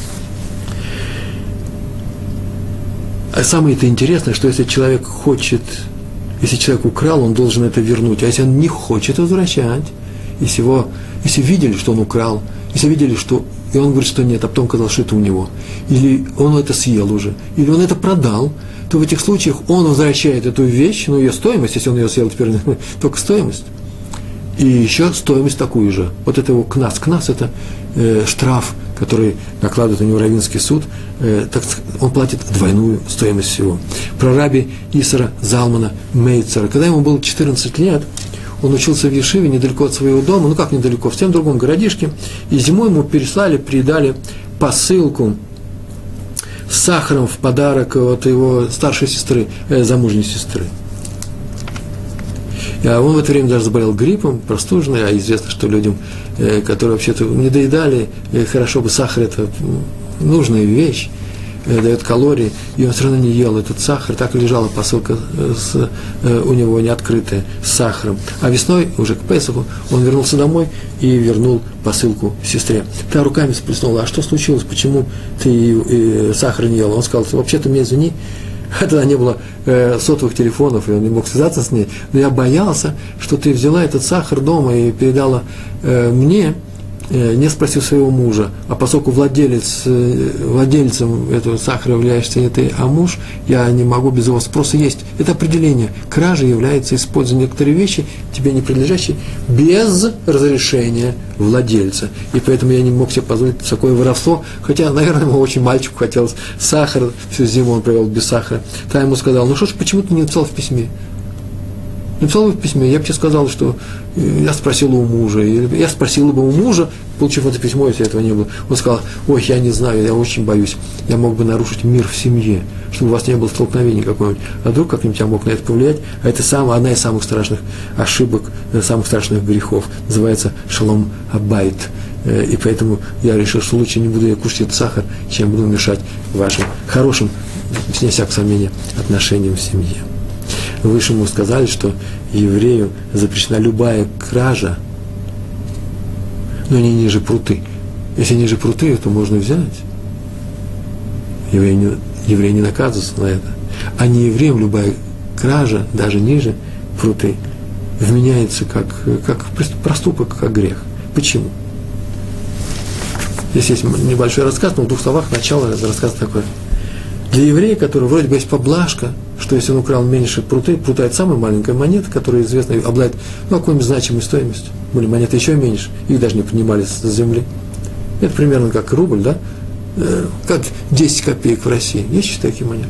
А самое-то интересное, что если человек украл, он должен это вернуть. А если он не хочет возвращать, если видели, что он украл, если видели, что и он говорит, что нет, а потом казалось, что это у него, или он это съел уже, или он это продал, то в этих случаях он возвращает эту вещь, ее стоимость, если он ее съел, теперь только стоимость, и еще стоимость такую же. Вот это его кнас. Кнас – это штраф, который накладывает на него раввинский суд, он платит двойную стоимость всего. Про раби Исара Залмана Мейцера, когда ему было 14 лет, он учился в Ешиве недалеко от своего дома, как недалеко, в тем другом городишке, и зимой ему передали посылку с сахаром в подарок от его старшей сестры, замужней сестры. А он в это время даже заболел гриппом, простуженный, а известно, что людям, которые вообще-то не доедали, хорошо бы сахар – это нужная вещь, дает калории, и он все равно не ел этот сахар, так и лежала посылка у него не открытая с сахаром. А весной, уже к Песаху, он вернулся домой и вернул посылку сестре. Та руками сплеснула, а что случилось, почему ты сахар не ел? Он сказал, вообще-то, меня извини, Тогда не было сотовых телефонов, и он не мог связаться с ней. Но я боялся, что ты взяла этот сахар дома и передала мне, не спросив своего мужа. А поскольку владельцем этого сахара являешься не ты, а муж, я не могу без его спроса есть. Это определение. Кража является использование некоторых вещей, тебе не принадлежащие, без разрешения владельца. И поэтому я не мог себе позволить такое воровство. Хотя, наверное, ему очень мальчику хотелось сахар. Всю зиму он провел без сахара. Та ему сказал: ну что ж, почему ты не написал в письме? Написал в письме, я бы тебе сказал, что я спросил у мужа, и я спросил бы у мужа, получив это письмо, если этого не было. Он сказал: ой, я не знаю, я очень боюсь, я мог бы нарушить мир в семье, чтобы у вас не было столкновений какого-нибудь. А вдруг как-нибудь я мог на это повлиять? А это одна из самых страшных ошибок, самых страшных грехов, называется шалом абайт. И поэтому я решил, что лучше не буду я кушать этот сахар, чем буду мешать вашим хорошим, вне всякого сомнения, отношениям в семье. Выше мы сказали, что еврею запрещена любая кража, но не ниже пруты. Если ниже пруты, то можно взять. Еврей не наказывается на это. А не евреям любая кража, даже ниже пруты, вменяется как проступок, как грех. Почему? Здесь есть небольшой рассказ, но в 2 словах начало рассказа такое. Для еврея, который вроде бы есть поблажка, что если он украл меньше пруты, прута – это самая маленькая монета, которая известна, обладает какой-нибудь значимой стоимостью. Были монеты еще меньше, их даже не поднимали с земли. Это примерно как рубль, да? Как 10 копеек в России. Есть еще такие монеты?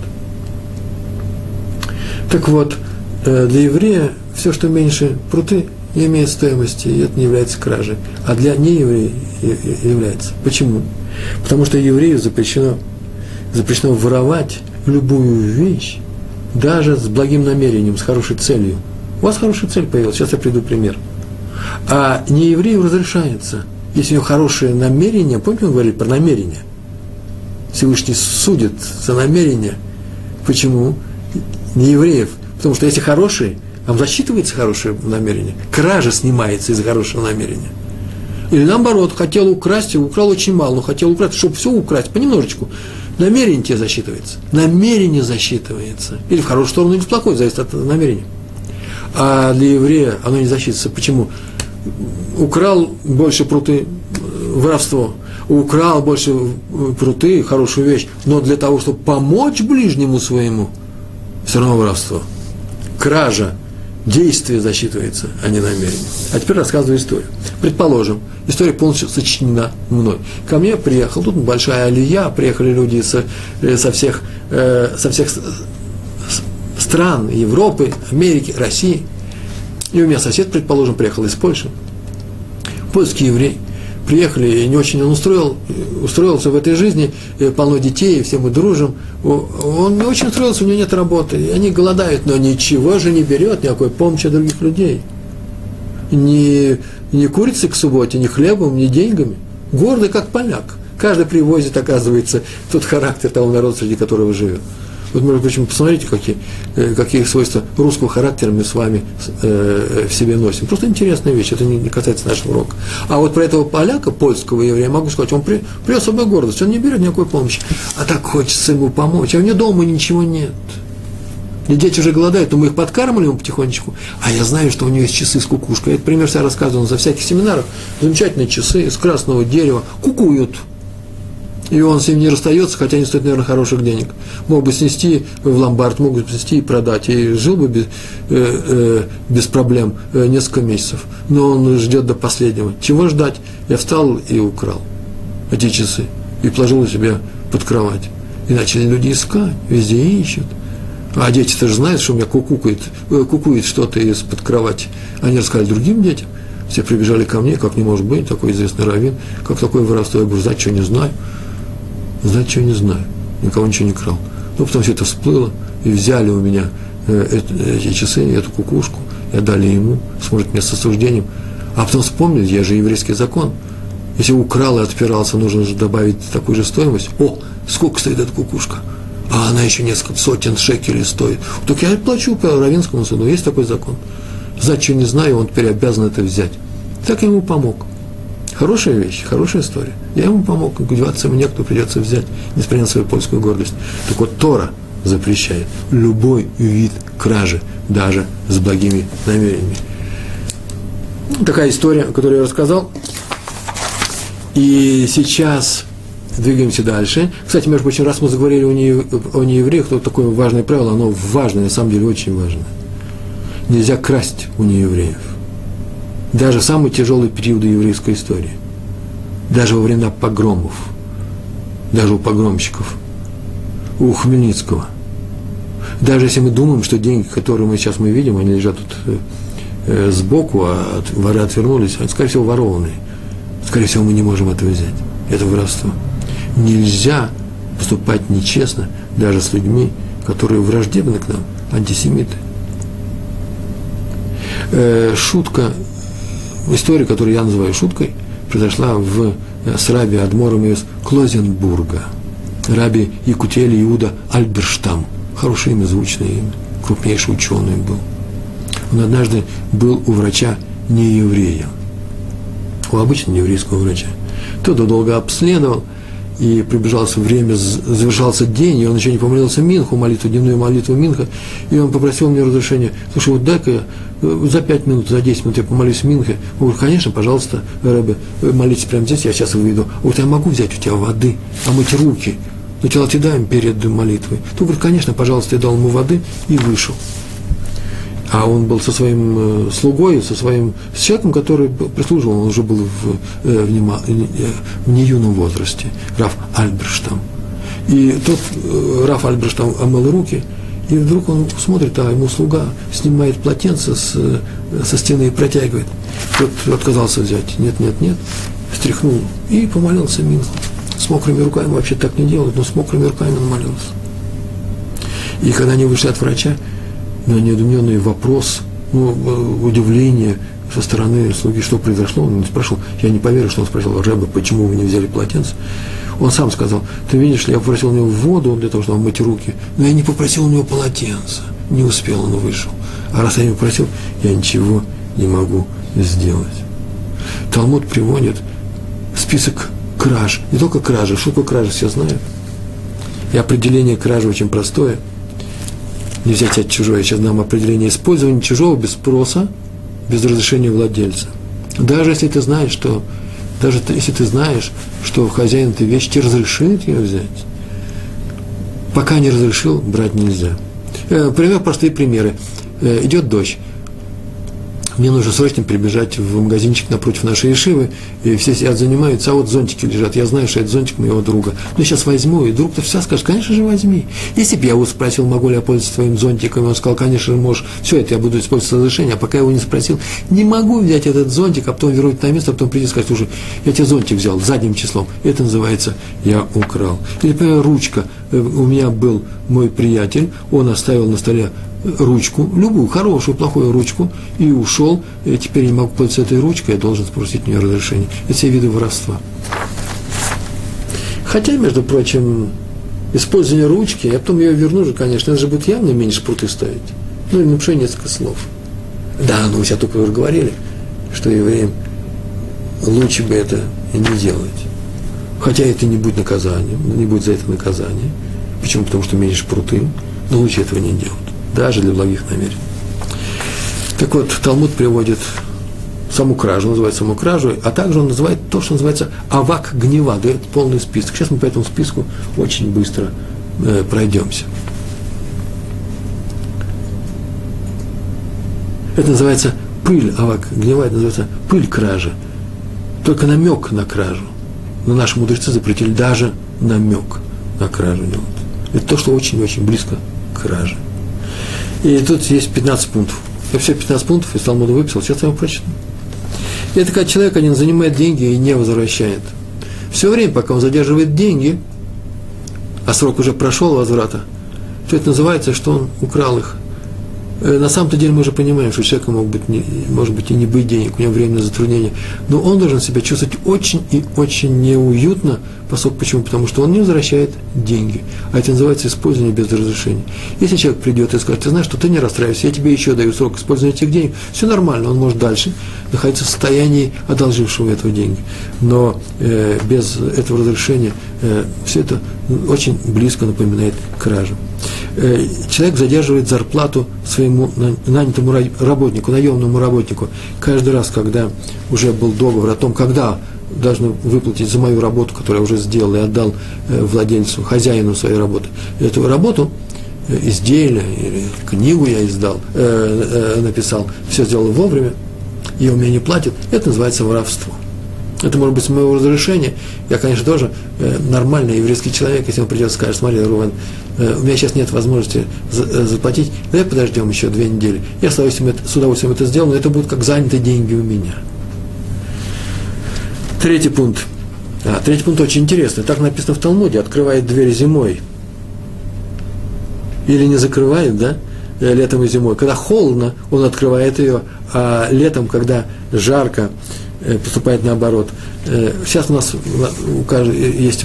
Так вот, для еврея все, что меньше пруты, не имеет стоимости, и это не является кражей. А для нееврея является. Почему? Потому что еврею запрещено воровать любую вещь, даже с благим намерением, с хорошей целью. У вас хорошая цель появилась, сейчас я приведу пример. А нееврею разрешается, если у него хорошее намерение, помните, мы говорили про намерение? Всевышний судит за намерение. Почему? Неевреев. Потому что если хороший, вам засчитывается хорошее намерение. Кража снимается из-за хорошего намерения. Или наоборот, хотел украсть, украл очень мало, но хотел украсть, чтобы все украсть, понемножечку. Намерение тебе засчитывается. Намерение засчитывается. Или в хорошую сторону, или в плохую, зависит от намерения. А для еврея оно не засчитывается. Почему? Украл больше пруты, воровство. Украл больше пруты, хорошую вещь. Но для того, чтобы помочь ближнему своему, все равно воровство. Кража. Действие засчитывается, а не намерение. А теперь рассказываю историю. Предположим, история полностью сочинена мной. Ко мне приехал, тут большая алия, приехали люди со всех стран Европы, Америки, России. И у меня сосед, предположим, приехал из Польши. Польский еврей. Приехали, и не очень он устроился в этой жизни, полно детей, все мы дружим. Он не очень устроился, у него нет работы, и они голодают, но ничего же не берет, никакой помощи от других людей. Ни курицы к субботе, ни хлебом, ни деньгами. Гордый, как поляк. Каждый привозит, оказывается, тот характер того народа, среди которого живет. Вот, между прочим, посмотрите, какие свойства русского характера мы с вами в себе носим. Просто интересная вещь, это не касается нашего урока. А вот про этого поляка, польского еврея, могу сказать, он привез с собой гордость, он не берет никакой помощи. А так хочется ему помочь, а у него дома ничего нет. И дети уже голодают, но мы их подкармливаем потихонечку. А я знаю, что у него есть часы с кукушкой. Этот пример я рассказывал за всяких семинарах. Замечательные часы из красного дерева, кукуют. И он с ним не расстается, хотя они стоят, наверное, хороших денег. Мог бы снести в ломбард, мог бы снести и продать. И жил бы без проблем несколько месяцев. Но он ждет до последнего. Чего ждать? Я встал и украл эти часы. И положил у себя под кровать. И начали люди искать, везде ищут. А дети-то же знают, что у меня кукует что-то из-под кровати. Они рассказали другим детям. Все прибежали ко мне, как не может быть, такой известный раввин. Как такое воровство? Я говорю, знать, что не знаю. Знать, что не знаю. Никого ничего не крал. Ну, потом все это всплыло, и взяли у меня эти часы, эту кукушку, и отдали ему, смотрит мне с осуждением. А потом вспомнили, я же еврейский закон. Если украл и отпирался, нужно же добавить такую же стоимость. О, сколько стоит эта кукушка? А она еще несколько сотен шекелей стоит. Так я плачу по раввинскому суду, есть такой закон. Знать, что не знаю, он теперь обязан это взять. Так я ему помог. Хорошая вещь, хорошая история. Я ему помог, деваться ему некуда, придется взять, несмотря на свою польскую гордость. Так вот, Тора запрещает любой вид кражи, даже с благими намерениями. Такая история, которую я рассказал. И сейчас двигаемся дальше. Кстати, между прочим, раз мы заговорили о неевреях, то такое важное правило, оно важное, на самом деле очень важное. Нельзя красть у неевреев. Даже в самые тяжелые периоды еврейской истории. Даже во времена погромов. Даже у погромщиков. У Хмельницкого. Даже если мы думаем, что деньги, которые мы сейчас видим, они лежат тут сбоку, а воры отвернулись, они, скорее всего, ворованные. Скорее всего, мы не можем этого взять. Это воровство. Нельзя поступать нечестно даже с людьми, которые враждебны к нам, антисемиты. Шутка, история, которую я называю шуткой, произошла с раби Адмором из Клозенбурга. Раби Якутиэль Иуда Альберштам. Хорошее имя, звучное имя. Крупнейший ученый был. Он однажды был у врача нееврея. У обычного еврейского врача. Тот долго обследовал, и приближалось время, завершался день, и он еще не помолился Минху, дневную молитву Минха, и он попросил мне разрешения: слушай, вот дай-ка я за 5 минут, за 10 минут я помолюсь Минхе. Он говорит: конечно, пожалуйста, Рэбе, молитесь прямо здесь, я сейчас выйду. Он говорит: я могу взять у тебя воды, омыть руки, но тебя отъедаем перед молитвой. Он говорит: конечно, пожалуйста, я дал ему воды и вышел. А он был со своим слугой, с человеком, который прислуживал, он уже был в неюном возрасте, Раф Альберштам. И тот Раф Альберштам омыл руки, и вдруг он смотрит, а ему слуга снимает полотенце со стены и протягивает. Тот отказался взять, нет, стряхнул и помолился Минху. С мокрыми руками вообще так не делают, но с мокрыми руками он молился. И когда они вышли от врача, на недоуменный вопрос, удивление со стороны слуги, что произошло, он спрашивал, я не поверил, что он спросил: Рэбе, почему вы не взяли полотенце? Он сам сказал: ты видишь ли, я попросил у него воду для того, чтобы мыть руки, но я не попросил у него полотенца, не успел, он вышел. А раз я не попросил, я ничего не могу сделать. Талмуд приводит список краж, не только кражи, что такое кража, все знают. И определение кражи очень простое. Нельзя взять чужое. Я сейчас дам определение: использование чужого без спроса, без разрешения владельца. Даже если ты знаешь, что хозяин этой вещи тебе разрешит ее взять, пока не разрешил, брать нельзя. Простые примеры. Идет дождь. Мне нужно срочно прибежать в магазинчик напротив нашей ешивы, и все сидят, занимаются, а вот зонтики лежат. Я знаю, что это зонтик моего друга. Ну, сейчас возьму, и друг-то все скажет: конечно же, возьми. Если бы я его спросил, могу ли я пользоваться твоим зонтиком, и он сказал: конечно же, можешь. Все это я буду использовать с разрешения, а пока я его не спросил, не могу взять этот зонтик, а потом вернуть на место, а потом прийти и сказать: слушай, я тебе зонтик взял задним числом. Это называется «я украл». Или, например, ручка. У меня был мой приятель, он оставил на столе ручку, любую, хорошую, плохую ручку, и ушел, и теперь я не могу пользоваться этой ручкой, я должен спросить у нее разрешение. Это все виды воровства. Хотя, между прочим, использование ручки, я потом ее верну же, конечно, это же будет явно меньше пруты стоить. Ну, или напишу несколько слов. Да, но вы себя только уже говорили, что евреям лучше бы это и не делать. Хотя это не будет наказанием, не будет за это наказания. Почему? Потому что меньше пруты, но лучше этого не делать. Даже для благих намерений. Так вот, Талмуд приводит саму кражу, называет саму кражу, а также он называет то, что называется авак гнева, дает полный список. Сейчас мы по этому списку очень быстро пройдемся. Это называется пыль, авак гнева, это называется пыль кражи. Только намек на кражу. Но наши мудрецы запретили даже намек на кражу делать. Это то, что очень-очень близко к краже. И тут есть 15 пунктов. Я все 15 пунктов из Талмуда выписал, сейчас я вам прочитаю. И это когда человек один занимает деньги и не возвращает. Все время, пока он задерживает деньги, а срок уже прошел возврата, то это называется, что он украл их. На самом-то деле мы уже понимаем, что у человека может быть и не быть денег, у него временное затруднение, но он должен себя чувствовать очень и очень неуютно Поскольку, почему? Потому что он не возвращает деньги. А это называется использование без разрешения. Если человек придет и скажет: ты знаешь, что ты не расстраивайся, я тебе еще даю срок использования этих денег, все нормально, он может дальше находиться в состоянии одолжившего этого деньги. Но без этого разрешения все это очень близко напоминает кражу. Человек задерживает зарплату своему нанятому работнику, наемному работнику. Каждый раз, когда уже был договор о том, когда должны выплатить за мою работу, которую я уже сделал и отдал владельцу, хозяину своей работы, эту работу, изделие или книгу я издал, написал, все сделал вовремя, и он мне не платит, это называется воровство. Это может быть с моего разрешения. Я, конечно, тоже нормальный еврейский человек, если он придет и скажет: смотри, Рувен, у меня сейчас нет возможности заплатить, давай подождем еще 2 недели. Я с удовольствием это сделаю, но это будут как занятые деньги у меня. Третий пункт. Третий пункт очень интересный. Так написано в Талмуде: открывает дверь зимой. Или не закрывает, да? Летом и зимой. Когда холодно, он открывает ее, а летом, когда жарко, поступает наоборот. Сейчас у нас у каждого есть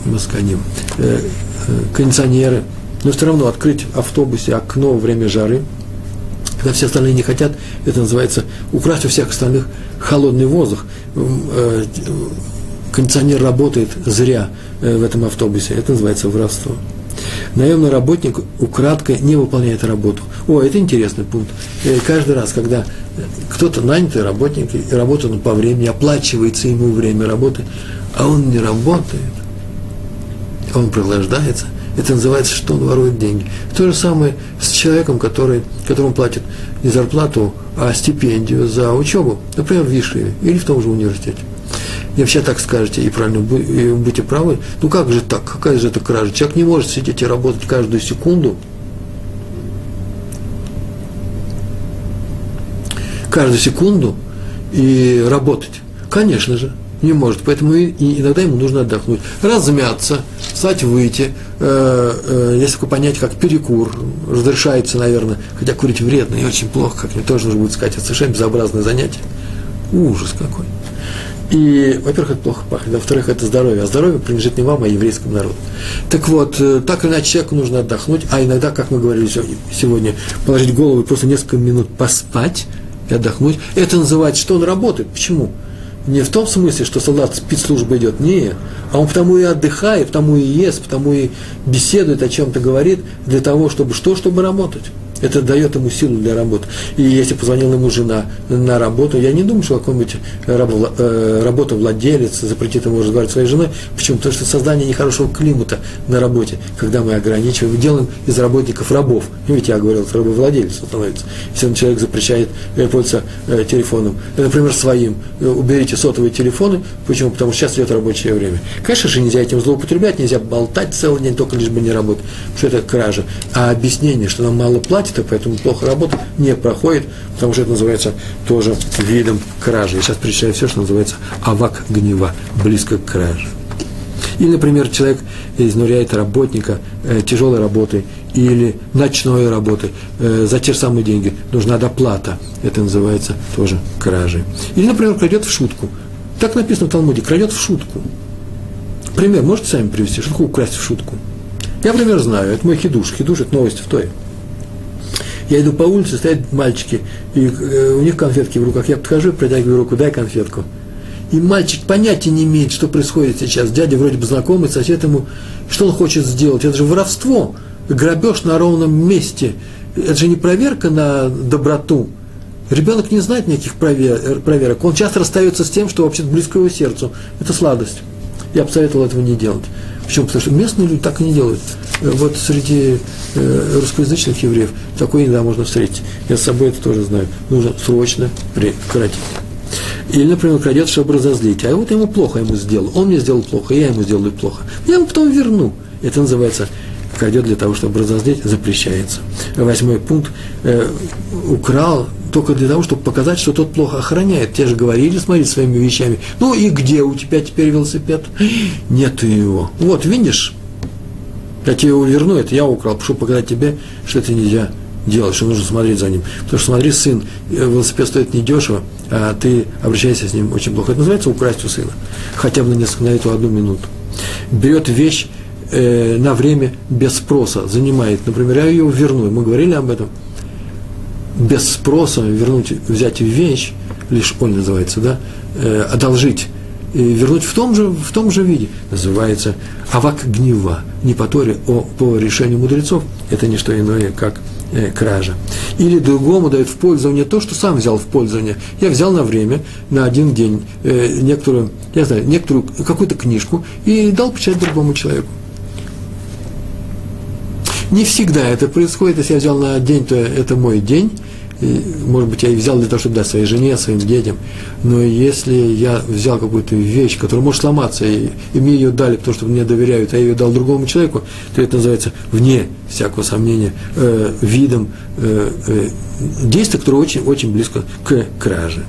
кондиционеры, но все равно открыть в автобусе окно во время жары, когда все остальные не хотят, это называется украсть у всех остальных холодный воздух. Кондиционер работает зря в этом автобусе, это называется воровство. Наемный работник украдкой не выполняет работу. Это интересный пункт. Каждый раз, когда кто-то нанятый работник, и работает по времени, оплачивается ему время работы, а он не работает, а он прохлаждается, это называется, что он ворует деньги. То же самое с человеком, которому платят не зарплату, а стипендию за учебу, например, в Вишиве или в том же университете. И вообще так скажете, и правильно, и будете правы. Как же так? Какая же это кража? Человек не может сидеть и работать каждую секунду, и работать. Конечно же, не может. Поэтому и иногда ему нужно отдохнуть, размяться, встать, выйти. Есть такое понятие, как перекур. Разрешается, наверное, хотя курить вредно и очень плохо, как мне тоже нужно будет сказать. Это совершенно безобразное занятие. Ужас какой. И, во-первых, это плохо пахнет, во-вторых, это здоровье. А здоровье принадлежит не вам, а еврейскому народу. Так вот, так или иначе, человеку нужно отдохнуть, а иногда, как мы говорили сегодня, положить голову и просто несколько минут поспать и отдохнуть. Это называется, что он работает. Почему? Не в том смысле, что солдат спецслужба идет, нет. А он потому и отдыхает, потому и ест, потому и беседует, о чем-то говорит, для того, чтобы что? Чтобы работать. Это дает ему силу для работы. И если позвонила ему жена на работу, я не думаю, что какой-нибудь работовладелец запретит ему разговаривать с своей женой. Почему? Потому что создание нехорошего климата на работе, когда мы ограничиваем, мы делаем из работников рабов. Ведь я говорил, это рабовладелец становится. Если он человек запрещает пользоваться телефоном, например, своим, уберите сотовые телефоны. Почему? Потому что сейчас идет рабочее время. Конечно же, нельзя этим злоупотреблять, нельзя болтать целый день, только лишь бы не работать. Потому что это кража. А объяснение, что нам мало платят, и поэтому плохо работает, не проходит, потому что это называется тоже видом кражи. Я сейчас перечисляю все, что называется авак гнева, близко к краже. Или, например, человек изнуряет работника тяжелой работой или ночной работой за те же самые деньги. Нужна доплата. Это называется тоже кражей. Или, например, крадет в шутку. Так написано в Талмуде, крадет в шутку. Пример можете сами привести? Что такое украсть в шутку? Я, например, знаю, это мой хидуш. Хидуш – это новость в Торе. Я иду по улице, стоят мальчики, и у них конфетки в руках. Я подхожу, протягиваю руку, дай конфетку. И мальчик понятия не имеет, что происходит сейчас. Дядя вроде бы знакомый, сосед ему, что он хочет сделать. Это же воровство, грабеж на ровном месте. Это же не проверка на доброту. Ребенок не знает никаких проверок. Он часто расстается с тем, что вообще-то близко его сердцу. Это сладость. Я бы советовал этого не делать. Почему? Потому что местные люди так и не делают. Вот среди русскоязычных евреев такое иногда можно встретить. Я с собой это тоже знаю. Нужно срочно прекратить. Или, например, крадет, чтобы разозлить. А вот ему плохо ему сделал. Он мне сделал плохо, я ему сделаю плохо. Я ему потом верну. Это называется крадет для того, чтобы разозлить, запрещается. 8 пункт. Украл только для того, чтобы показать, что тот плохо охраняет. Те же говорили, смотри, своими вещами. Ну и где у тебя теперь велосипед? Нету его. Вот, видишь? Я тебе его верну, это я украл, чтобы показать тебе, что это нельзя делать, что нужно смотреть за ним. Потому что, смотри, сын, велосипед стоит недешево, а ты обращаешься с ним очень плохо. Это называется украсть у сына. Хотя бы на эту 1 минуту. берет вещь на время без спроса, занимает, например, я ее верну, мы говорили об этом, без спроса вернуть, взять вещь, лишь он называется, да, одолжить, и вернуть в том же виде, называется авак гнева, не по Торе, а по решению мудрецов, это не что иное, как кража. Или другому дает в пользование то, что сам взял в пользование. Я взял на время, на один день, некоторую какую-то книжку и дал почитать другому человеку. Не всегда это происходит, если я взял на день, то это мой день. И, может быть, я и взял для того, чтобы дать своей жене, своим детям. Но если я взял какую-то вещь, которая может сломаться, и мне ее дали, потому что мне доверяют, а я ее дал другому человеку, то это называется, вне всякого сомнения, видом действия, которое очень, очень близко к краже.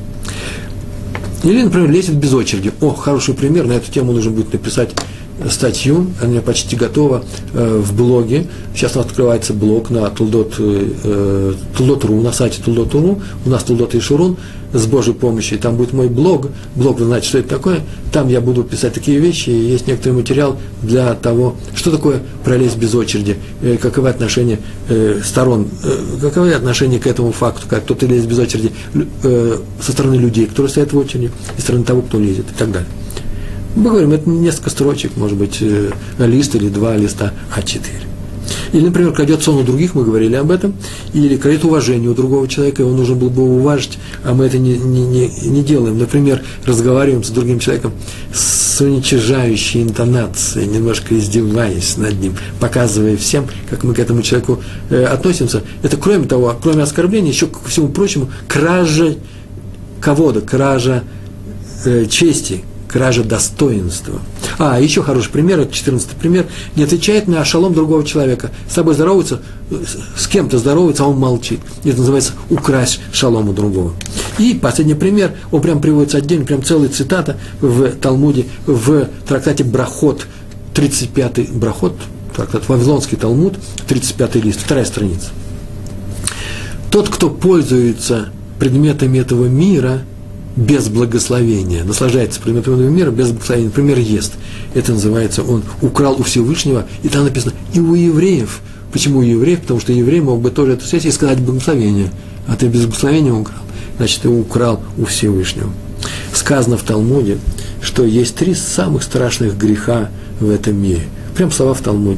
Или, например, лезет без очереди. Хороший пример, на эту тему нужно будет написать статью, она у меня почти готова в блоге. Сейчас у нас открывается блог на Толдот.ру, на сайте Толдот.ру, у нас Толдот и Шурун, с Божьей помощью, и там будет мой блог, вы знаете, что это такое, там я буду писать такие вещи, и есть некоторый материал для того, что такое пролезть без очереди, каковы отношения сторон, каковы отношения к этому факту, как кто-то лезет без очереди со стороны людей, которые стоят в очереди, и со стороны того, кто лезет, и так далее. Мы говорим, это несколько строчек, может быть, лист или два листа А4. Или, например, крадет сон у других, мы говорили об этом, или крадет уважение у другого человека, его нужно было бы уважить, а мы это не делаем. Например, разговариваем с другим человеком с уничижающей интонацией, немножко издеваясь над ним, показывая всем, как мы к этому человеку относимся. Это, кроме того, кроме оскорбления, еще, ко всему прочему, кража кавода, кража чести, кража достоинства. Еще хороший пример, это 14-й пример, не отвечает на шалом другого человека. С тобой здоровается, с кем-то здоровается, а он молчит. Это называется украсть шалом у другого. И последний пример, он прям приводится отдельно, прям целая цитата в Талмуде, в трактате Брахот, 35-й Брахот, трактат Вавилонский Талмуд, 35-й лист, 2-я страница. Тот, кто пользуется предметами этого мира без благословения, наслаждается предметом этого мира без благословения, например, ест. Это называется, он украл у Всевышнего, и там написано, и у евреев. Почему у евреев? Потому что еврей мог бы тоже это съесть и сказать благословение, а ты без благословения украл. Значит, ты украл у Всевышнего. Сказано в Талмуде, что есть 3 самых страшных греха в этом мире. Прям слова в Талмуде.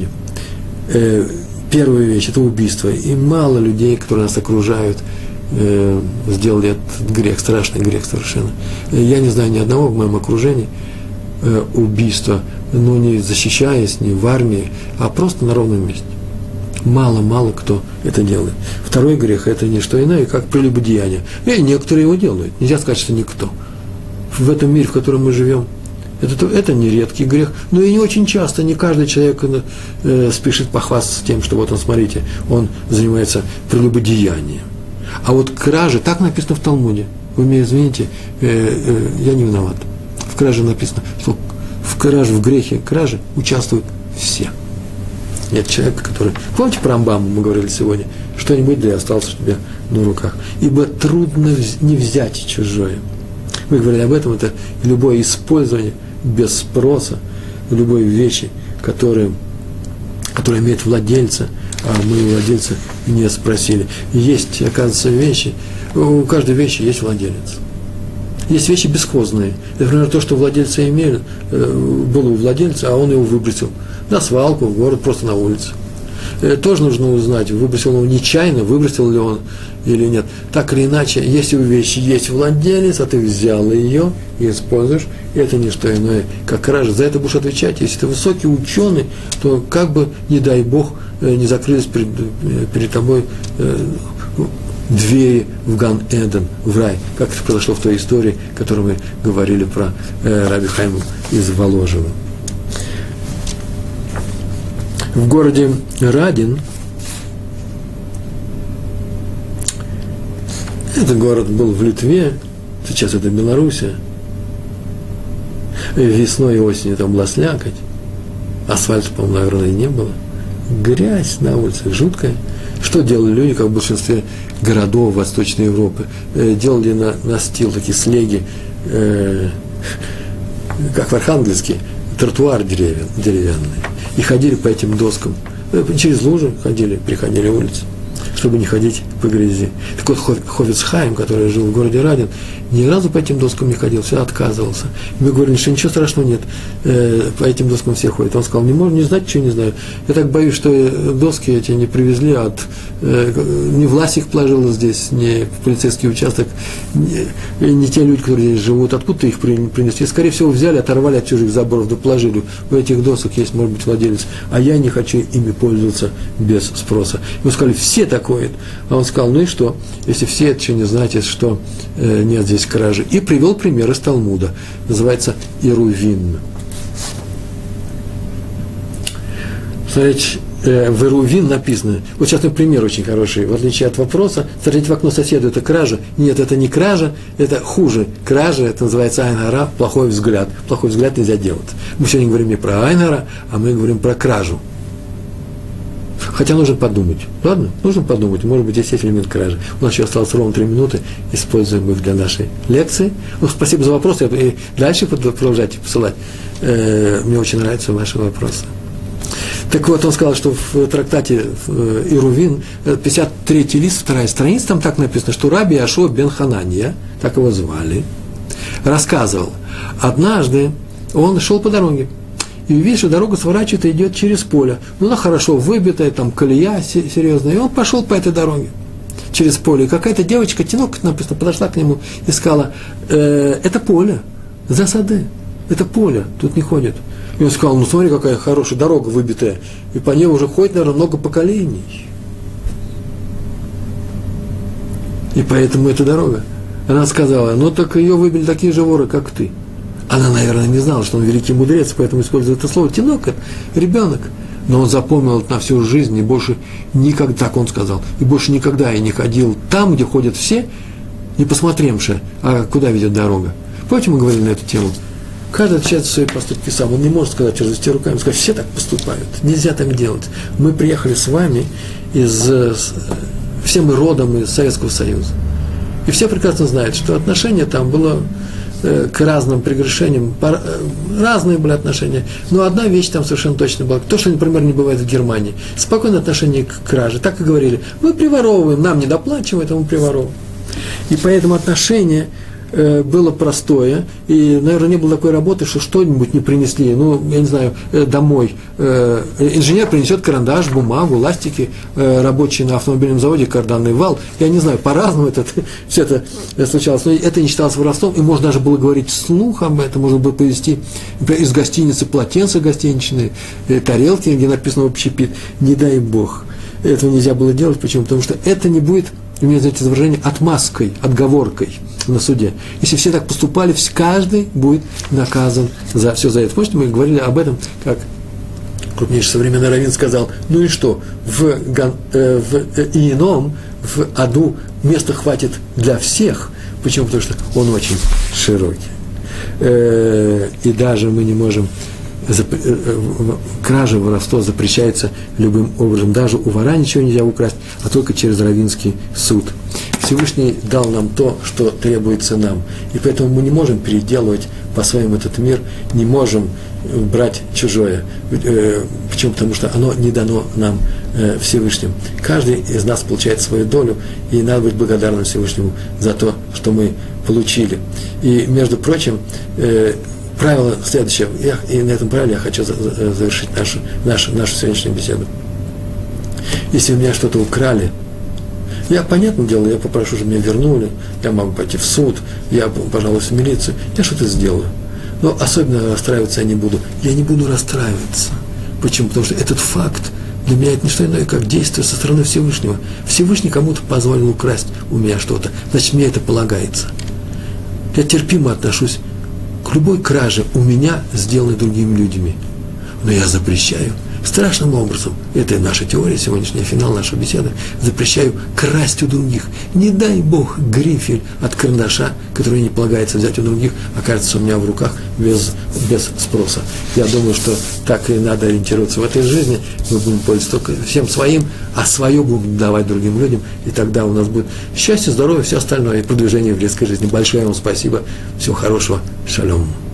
Первая вещь – это убийство. И мало людей, которые нас окружают, сделали этот грех, страшный грех совершенно. Я не знаю ни одного в моем окружении убийства, не защищаясь, не в армии, а просто на ровном месте. Мало кто это делает. Второй грех – это не что иное, как прелюбодеяние. И некоторые его делают. Нельзя сказать, что никто. В этом мире, в котором мы живем, это не редкий грех, но и не очень часто, не каждый человек спешит похвастаться тем, что вот он, смотрите, он занимается прелюбодеянием. А вот кража, так написано в Талмуде. Вы меня извините, я не виноват. В краже написано, что в грехе кражи участвуют все. Нет человека, который... Помните про Рамбама, мы говорили сегодня? Что-нибудь да и осталось у тебя на руках. Ибо трудно не взять чужое. Мы говорили об этом, это любое использование без спроса, любой вещи, которая имеет владельца, а мы у владельца не спросили. Есть, оказывается, вещи, у каждой вещи есть владелец. Есть вещи бесхозные. Например, то, что владельца имели, было у владельца, а он его выбросил на свалку, в город, просто на улице. Тоже нужно узнать, выбросил он его нечаянно, выбросил ли он или нет. Так или иначе, если у вещи есть владелец, а ты взял ее и используешь, это не что иное, как кража. За это будешь отвечать. Если ты высокий ученый, то как бы, не дай Бог, не закрылись перед тобой двери в Ган-Эден, в рай, как это произошло в той истории, которую мы говорили про Раби Хайма из Воложева. В городе Радин, этот город был в Литве, сейчас это Белоруссия, весной и осенью там была слякоть, асфальта, по-моему, наверное, и не было, грязь на улицах жуткая. Что делали люди, как в большинстве городов Восточной Европы? Делали настил, такие слеги, как в Архангельске, тротуар деревянный, и ходили по этим доскам, через лужи переходили улицы, чтобы не ходить по грязи. Так вот, Хофец Хаим, который жил в городе Радин, ни разу по этим доскам не ходил, всегда отказывался. И мы говорили, что ничего страшного нет, по этим доскам все ходят. Он сказал, не знать, что не знаю. Я так боюсь, что доски эти не привезли, не власть их положила здесь, не в полицейский участок, не те люди, которые здесь живут, откуда их принесли. Скорее всего, взяли, оторвали от чужих заборов, да положили. У этих досок есть, может быть, владелец, а я не хочу ими пользоваться без спроса. Ему сказали, все так ходят. А он сказал, ну и что, если все это еще не знаете, что нет здесь кражи. И привел пример из Талмуда. Называется Ирувин. Смотрите, в Ирувин написано, вот сейчас пример очень хороший, в отличие от вопроса, смотрите в окно соседу, это кража. Нет, это не кража, это хуже. Кража, это называется айн-гара, плохой взгляд. Плохой взгляд нельзя делать. Мы сегодня говорим не про айн-гара, а мы говорим про кражу. Хотя нужно подумать. Ладно? Нужно подумать. Может быть, здесь есть элемент кражи. У нас еще осталось ровно 3 минуты. Используем их для нашей лекции. Ну, спасибо за вопросы. И дальше продолжайте посылать. Мне очень нравятся ваши вопросы. Так вот, он сказал, что в трактате Ирувин, 53-й лист, 2-я страница, там так написано, что Раби Йошуа бен Хананья, так его звали, рассказывал, однажды он шел по дороге, и видишь, что дорога сворачивает и идет через поле. Ну, она хорошо выбитая, там колея серьезная. И он пошел по этой дороге через поле. И какая-то девочка, тинок написано, подошла к нему и сказала, это поле, засады, это поле, тут не ходит. И он сказал, ну смотри, какая хорошая дорога выбитая. И по ней уже ходит, наверное, много поколений. И поэтому эта дорога. Она сказала, ну так ее выбили такие же воры, как ты. Она, наверное, не знала, что он великий мудрец, поэтому использует это слово. Тинок, ребенок. Но он запомнил это на всю жизнь, и больше никогда, так он сказал, и больше никогда я не ходил там, где ходят все, не посмотревши, а куда ведет дорога. Помните, мы говорили на эту тему? Каждый отвечает за свои поступки сам. Он не может сказать, развести руками, сказать, все так поступают. Нельзя так делать. Мы приехали с вами все мы родом из Советского Союза. И все прекрасно знают, что отношение там было к разным прегрешениям, разные были отношения, но одна вещь там совершенно точно была, то, что, например, не бывает в Германии, спокойное отношение к краже, так и говорили, мы приворовываем, нам не доплачивают, а мы приворовываем. И поэтому отношение было простое, и, наверное, не было такой работы, что что-нибудь не принесли, ну, я не знаю, домой. Инженер принесет карандаш, бумагу, ластики, рабочие на автомобильном заводе, карданный вал, я не знаю, по-разному все это случалось, но это не считалось воровством, и можно даже было говорить вслух об этом, можно было повезти из гостиницы полотенца гостиничные, тарелки, где написано «общепит», не дай бог. Этого нельзя было делать, почему? Потому что это не будет, у меня, знаете, выражение, отмазкой, отговоркой на суде. Если все так поступали, каждый будет наказан за все за это. Помните, мы говорили об этом, как крупнейший современный раввин сказал, ну и что, в Иеном, в аду места хватит для всех. Почему? Потому что он очень широкий. И даже мы не можем... Кража, воровство запрещается любым образом. Даже у вора ничего нельзя украсть, а только через раввинский суд. Всевышний дал нам то, что требуется нам. И поэтому мы не можем переделывать по-своему этот мир, не можем брать чужое. Почему? Потому что оно не дано нам Всевышним. Каждый из нас получает свою долю, и надо быть благодарным Всевышнему за то, что мы получили. И, между прочим, правило следующее, и на этом правиле я хочу завершить нашу сегодняшнюю беседу. Если у меня что-то украли, я, понятное дело, я попрошу, чтобы меня вернули, я могу пойти в суд, я пожалуюсь в милицию, я что-то сделаю. Но особенно расстраиваться я не буду. Я не буду расстраиваться. Почему? Потому что этот факт для меня это не что иное, как действие со стороны Всевышнего. Всевышний кому-то позволил украсть у меня что-то, значит, мне это полагается. Я терпимо отношусь к любой краже у меня, сделанной другими людьми. Но я запрещаю страшным образом, это наша теория, сегодняшний финал нашей беседы, запрещаю красть у других. Не дай Бог грифель от карандаша, который не полагается взять у других, окажется у меня в руках без спроса. Я думаю, что так и надо ориентироваться в этой жизни. Мы будем пользоваться только всем своим, а свое будем давать другим людям, и тогда у нас будет счастье, здоровье, все остальное, и продвижение в еврейской жизни. Большое вам спасибо, всего хорошего, шалом.